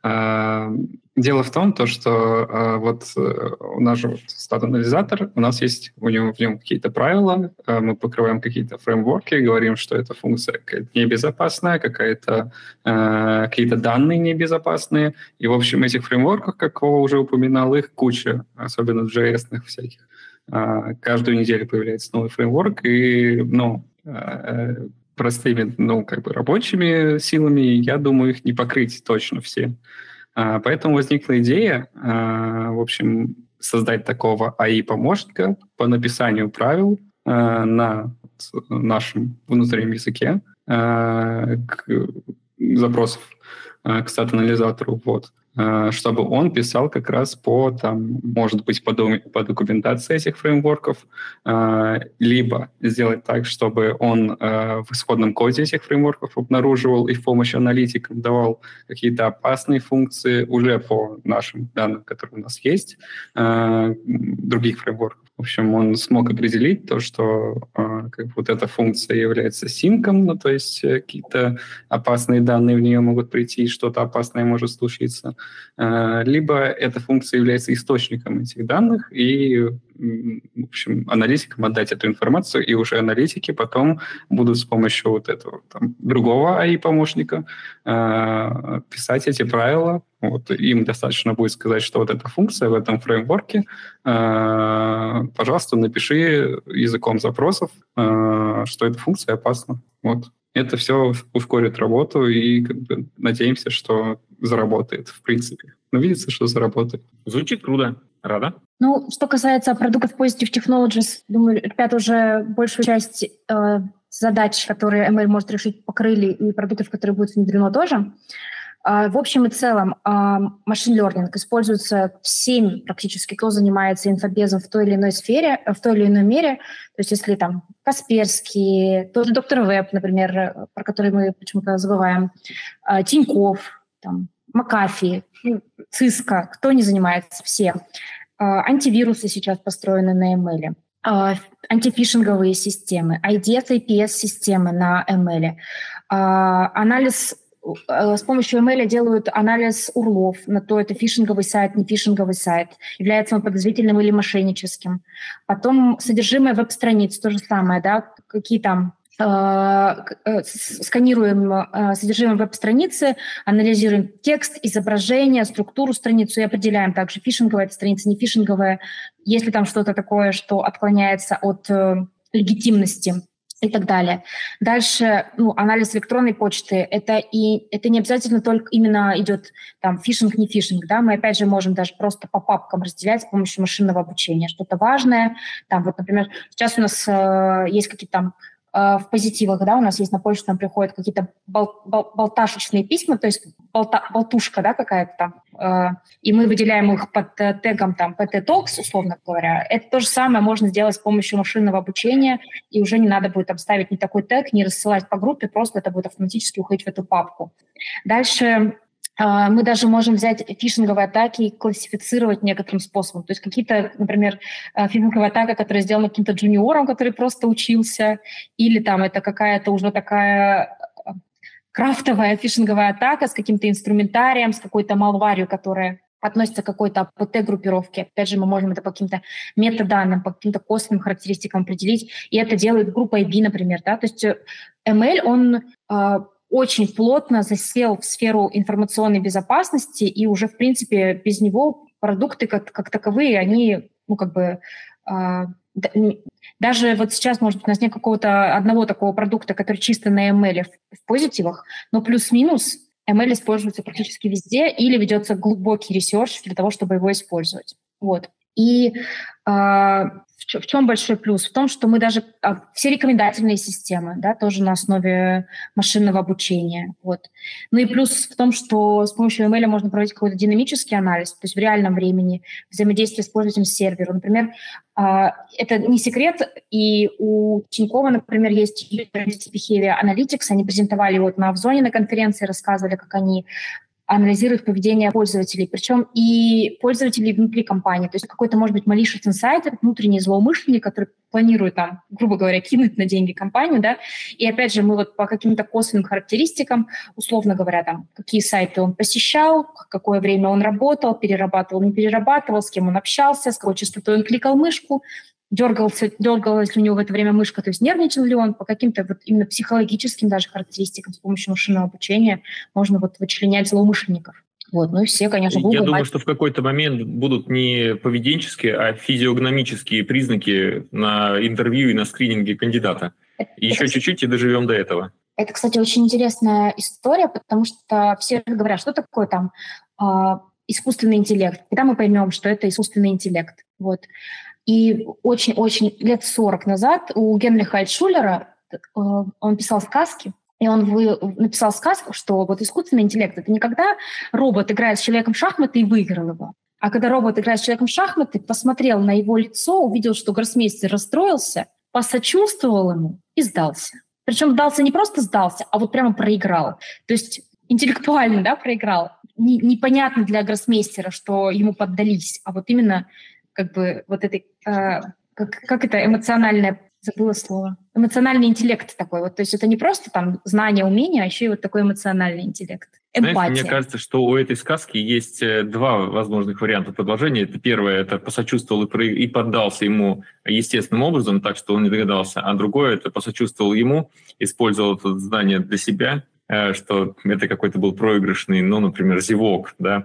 А, дело в том, то, что а, вот у нас же вот стат-анализатор, у нас есть у него, в нем какие-то правила, а, мы покрываем какие-то фреймворки, говорим, что эта функция какая-то небезопасная, какая-то, а, какие-то данные небезопасные. И, в общем, этих фреймворков, как Вова уже упоминал, их куча, особенно джей эс-ных всяких. А, каждую неделю появляется новый фреймворк, и, ну, а, простыми, ну, как бы рабочими силами, я думаю, их не покрыть точно все. А, поэтому возникла идея, а, в общем, создать такого эй ай-помощника по написанию правил а, на нашем внутреннем языке а, к запросов а, к стат-анализатору, вот, а, чтобы он писал как раз по, там, может быть, по, до, по документации этих фреймворков, а, либо сделать так, чтобы он а, в исходном коде этих фреймворков обнаруживал и в помощь аналитикам давал какие-то опасные функции уже по нашим данным, которые у нас есть, а, других фреймворков. В общем, он смог определить то, что а, как бы вот эта функция является синком, ну, то есть какие-то опасные данные в нее могут прийти, что-то опасное может случиться. А, либо эта функция является источником этих данных, и, в общем, аналитикам отдать эту информацию, и уже аналитики потом будут с помощью вот этого там, другого эй ай-помощника а, писать эти правила. Вот, им достаточно будет сказать, что вот эта функция в этом фреймворке, э, пожалуйста, напиши языком запросов, э, что эта функция опасна. Вот. Это все ускорит работу, и как бы, надеемся, что заработает, в принципе. Но видится, что заработает. Звучит круто. Рада? Ну, что касается продуктов Positive Technologies, думаю, ребята уже большую часть э, задач, которые эм эл может решить, покрыли, и продуктов, которые будут внедрено тоже. В общем и целом, машин learning используется всеми практически, кто занимается инфобезом в той или иной сфере, в той или иной мере. То есть если там Касперский, тот же доктор Веб, например, про который мы почему-то забываем, Тинькофф, там, Макафи, Cisco, кто не занимается, все. Антивирусы сейчас построены на эм эл. Антифишинговые системы, ай ди эс, эй пи эс-системы на эм эл. Анализ с помощью эм эл делают анализ урлов на то, это фишинговый сайт, не фишинговый сайт, является он подозрительным или мошенническим. Потом содержимое веб-страниц, то же самое, да, какие там э, сканируем э, содержимое веб-страницы, анализируем текст, изображение, структуру страницы и определяем также, фишинговая эта страница, не фишинговая, если там что-то такое, что отклоняется от э, легитимности и так далее. Дальше, ну, анализ электронной почты. Это и это не обязательно только именно идет там фишинг, не фишинг, да. Мы опять же можем даже просто по папкам разделять с помощью машинного обучения. Что-то важное. Там вот, например, сейчас у нас э, есть какие-то там э, в позитивах, да, у нас есть на почту, нам приходят какие-то бол, бол, болташечные письма, то есть болта, болтушка, да, какая-то там, э, и мы выделяем их под э, тегом там пи ти Talks, условно говоря. Это то же самое можно сделать с помощью машинного обучения, и уже не надо будет там ставить ни такой тег, не рассылать по группе, просто это будет автоматически уходить в эту папку. Дальше э, мы даже можем взять фишинговые атаки и классифицировать некоторым способом. То есть какие-то, например, э, фишинговые атаки, которые сделаны каким-то джуниором, который просто учился, или там это какая-то уже такая крафтовая фишинговая атака с каким-то инструментарием, с какой-то малварью, которая относится к какой-то эй пи ти-группировке. Опять же, мы можем это по каким-то метаданным, по каким-то косвенным характеристикам определить. И это делает группа ай би, например. Да? То есть эм эл, он э, очень плотно засел в сферу информационной безопасности, и уже, в принципе, без него продукты как, как таковые, они, ну, как бы, э, Даже вот сейчас, может быть, у нас нет какого-то одного такого продукта, который чисто на эм эл в, в позитивах, но плюс-минус эм эл используется практически везде или ведется глубокий ресерч для того, чтобы его использовать. Вот. И э, в чем большой плюс? В том, что мы даже... Все рекомендательные системы, да, тоже на основе машинного обучения. Вот. Ну и плюс в том, что с помощью эм эл можно проводить какой-то динамический анализ, то есть в реальном времени, взаимодействие с пользователем сервера. Например, это не секрет, и у Тинькова, например, есть Behavior Analytics, они презентовали его на Авзоне на конференции, рассказывали, как они анализирует поведение пользователей, причем и пользователей внутри компании. То есть какой-то, может быть, malicious insider, внутренний злоумышленник, который планирует там, грубо говоря, кинуть на деньги компанию, да, и опять же мы вот по каким-то косвенным характеристикам, условно говоря, там, какие сайты он посещал, какое время он работал, перерабатывал, не перерабатывал, с кем он общался, с какой частотой он кликал мышку, дергался, дергалась ли у него в это время мышка, то есть нервничал ли он, по каким-то вот именно психологическим даже характеристикам с помощью машинного обучения можно вот вычленять злоумышленников. Вот, ну и все, конечно, Google. Я думаю, что в какой-то момент будут не поведенческие, а физиогномические признаки на интервью и на скрининге кандидата. Это, Еще это, чуть-чуть и доживем до этого. Это, кстати, очень интересная история, потому что все говорят, что такое там э, искусственный интеллект. Когда мы поймем, что это искусственный интеллект. Вот. И очень-очень лет сорок назад у Генриха Альтшулера, э, он писал сказки, и он вы, написал сказку, что вот искусственный интеллект — это не когда робот играет с человеком в шахматы и выиграл его, а когда робот играет с человеком в шахматы, посмотрел на его лицо, увидел, что гроссмейстер расстроился, посочувствовал ему и сдался. Причем сдался не просто сдался, а вот прямо проиграл. То есть интеллектуально, да, проиграл. Не, непонятно для гроссмейстера, что ему поддались, а вот именно как бы вот этой, э, как, как это эмоциональное, забыла слово, эмоциональный интеллект такой вот. То есть это не просто там знание, умение, а еще и вот такой эмоциональный интеллект. Эмпатия. Знаете, мне кажется, что у этой сказки есть два возможных варианта продолжения. Это первое, это посочувствовал и, про... и поддался ему естественным образом, так что он не догадался. А другое, это посочувствовал ему, использовал это знание для себя, что это какой-то был проигрышный, ну, например, зевок, да,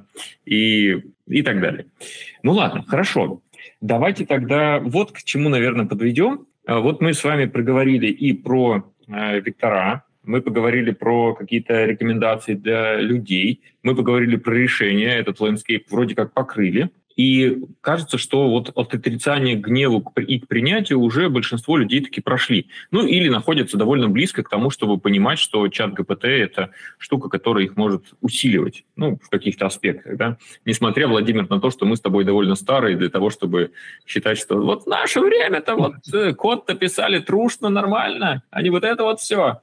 и, и так далее. Ну ладно, хорошо. Давайте тогда вот к чему, наверное, подведем. Вот мы с вами проговорили и про э, вектора, мы поговорили про какие-то рекомендации для людей, мы поговорили про решения, этот landscape вроде как покрыли. И кажется, что вот от отрицания к гневу и к принятию уже большинство людей таки прошли. Ну или находятся довольно близко к тому, чтобы понимать, что чат джи пи ти — это штука, которая их может усиливать, ну, в каких-то аспектах, да. Несмотря, Владимир, на то, что мы с тобой довольно старые для того, чтобы считать, что вот в наше время-то вот код-то писали трушно, нормально, а не вот это вот все.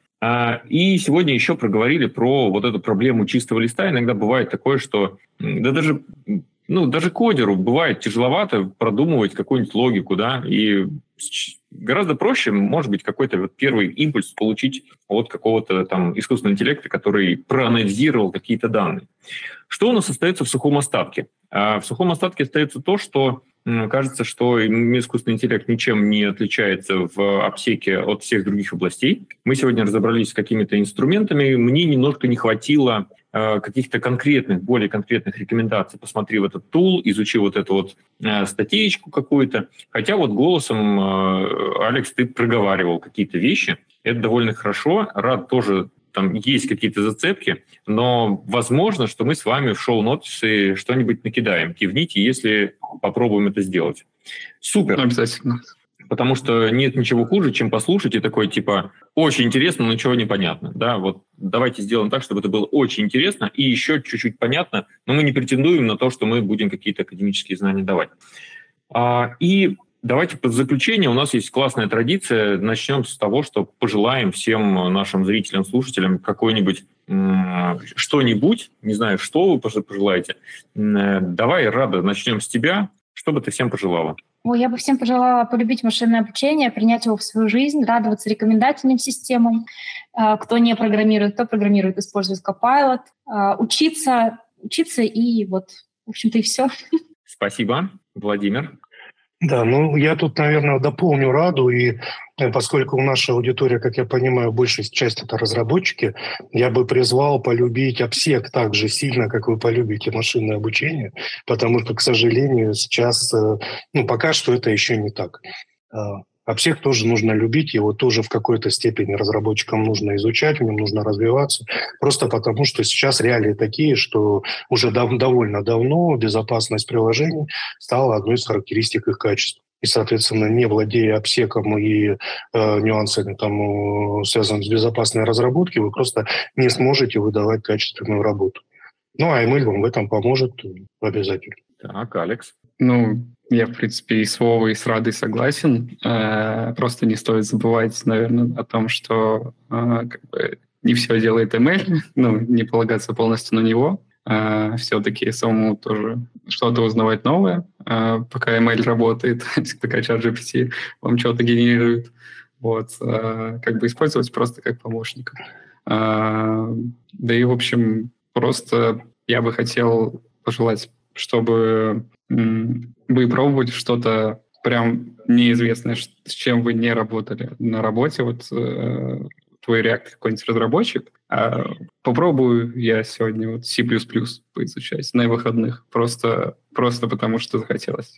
И сегодня еще проговорили про вот эту проблему чистого листа. Иногда бывает такое, что да даже... Ну, даже кодеру бывает тяжеловато продумывать какую-нибудь логику, да, и гораздо проще, может быть, какой-то вот первый импульс получить от какого-то там искусственного интеллекта, который проанализировал какие-то данные. Что у нас остается в сухом остатке? А в сухом остатке остается то, что кажется, что искусственный интеллект ничем не отличается в обсеке от всех других областей. Мы сегодня разобрались с какими-то инструментами. Мне немножко не хватило э, каких-то конкретных, более конкретных рекомендаций. Посмотри в этот тул, изучи вот эту вот э, статейку какую-то. Хотя вот голосом, э, Алекс, ты проговаривал какие-то вещи. Это довольно хорошо. Рад тоже, там есть какие-то зацепки, но возможно, что мы с вами в шоу-нотисы что-нибудь накидаем. Кивните, если попробуем это сделать. Супер. Обязательно. Потому что нет ничего хуже, чем послушать и такой, типа, очень интересно, но ничего не понятно. Да, вот давайте сделаем так, чтобы это было очень интересно и еще чуть-чуть понятно, но мы не претендуем на то, что мы будем какие-то академические знания давать. А, и давайте под заключение, у нас есть классная традиция, начнем с того, что пожелаем всем нашим зрителям, слушателям какой-нибудь м- что-нибудь, не знаю, что вы пожелаете. М- давай, Рада, начнем с тебя. Что бы ты всем пожелала? Ой, я бы всем пожелала полюбить машинное обучение, принять его в свою жизнь, радоваться рекомендательным системам. Кто не программирует, кто программирует, использует Copilot. Учиться, учиться и вот, в общем-то, и все. Спасибо. Владимир? Да, ну я тут, наверное, дополню Раду, и поскольку наша аудитория, как я понимаю, большая часть это разработчики, я бы призвал полюбить обсек так же сильно, как вы полюбите машинное обучение, потому что, к сожалению, сейчас, ну пока что это еще не так. Обсек тоже нужно любить, его тоже в какой-то степени разработчикам нужно изучать, в нем нужно развиваться, просто потому что сейчас реалии такие, что уже дав- довольно давно безопасность приложений стала одной из характеристик их качества. И, соответственно, не владея обсеком и э, нюансами, там, э, связанными с безопасной разработкой, вы просто не сможете выдавать качественную работу. Ну, а эм эль вам в этом поможет обязательно. Так, Алекс. Ну, я, в принципе, и с Вовой, и с Радой согласен. Э, просто не стоит забывать, наверное, о том, что э, как бы не все делает эм эль, ну, не полагаться полностью на него. Э, все-таки самому тоже что-то узнавать новое, э, пока эм эль работает, пока чат джи пи ти вам что-то генерирует. Вот, э, как бы использовать просто как помощника. Э, да и, в общем, просто я бы хотел пожелать, чтобы м, вы пробовали что-то прям неизвестное, ш- с чем вы не работали на работе. Вот э, твой React какой-нибудь разработчик. А попробую я сегодня вот C++ поизучать на выходных. Просто, просто потому, что захотелось.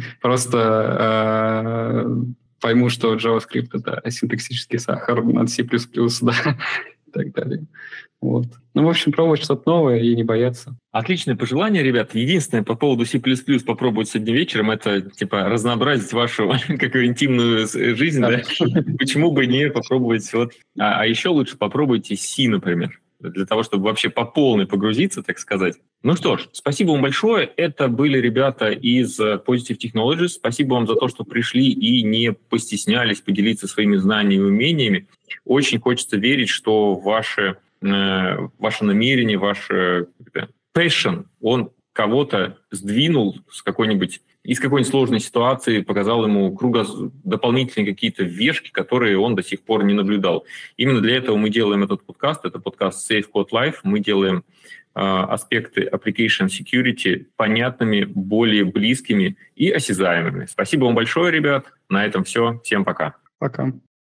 Просто э, пойму, что JavaScript — это синтаксический сахар над C++, да, и так далее. Вот. Ну, в общем, пробовать что-то новое и не бояться. Отличное пожелание, ребят. Единственное, по поводу C++ попробовать сегодня вечером, это, типа, разнообразить вашу какую интимную жизнь, да? Почему бы не попробовать вот... А, а еще лучше попробуйте C, например, для того, чтобы вообще по полной погрузиться, так сказать. Ну что ж, спасибо вам большое. Это были ребята из Positive Technologies. Спасибо вам за то, что пришли и не постеснялись поделиться своими знаниями и умениями. Очень хочется верить, что ваши... ваше намерение, ваш passion, он кого-то сдвинул с какой-нибудь, из какой-нибудь сложной ситуации, показал ему круго дополнительные какие-то вешки, которые он до сих пор не наблюдал. Именно для этого мы делаем этот подкаст. Это подкаст Safe Code Life. Мы делаем э, аспекты application security понятными, более близкими и осязаемыми. Спасибо вам большое, ребят. На этом все. Всем пока. Пока.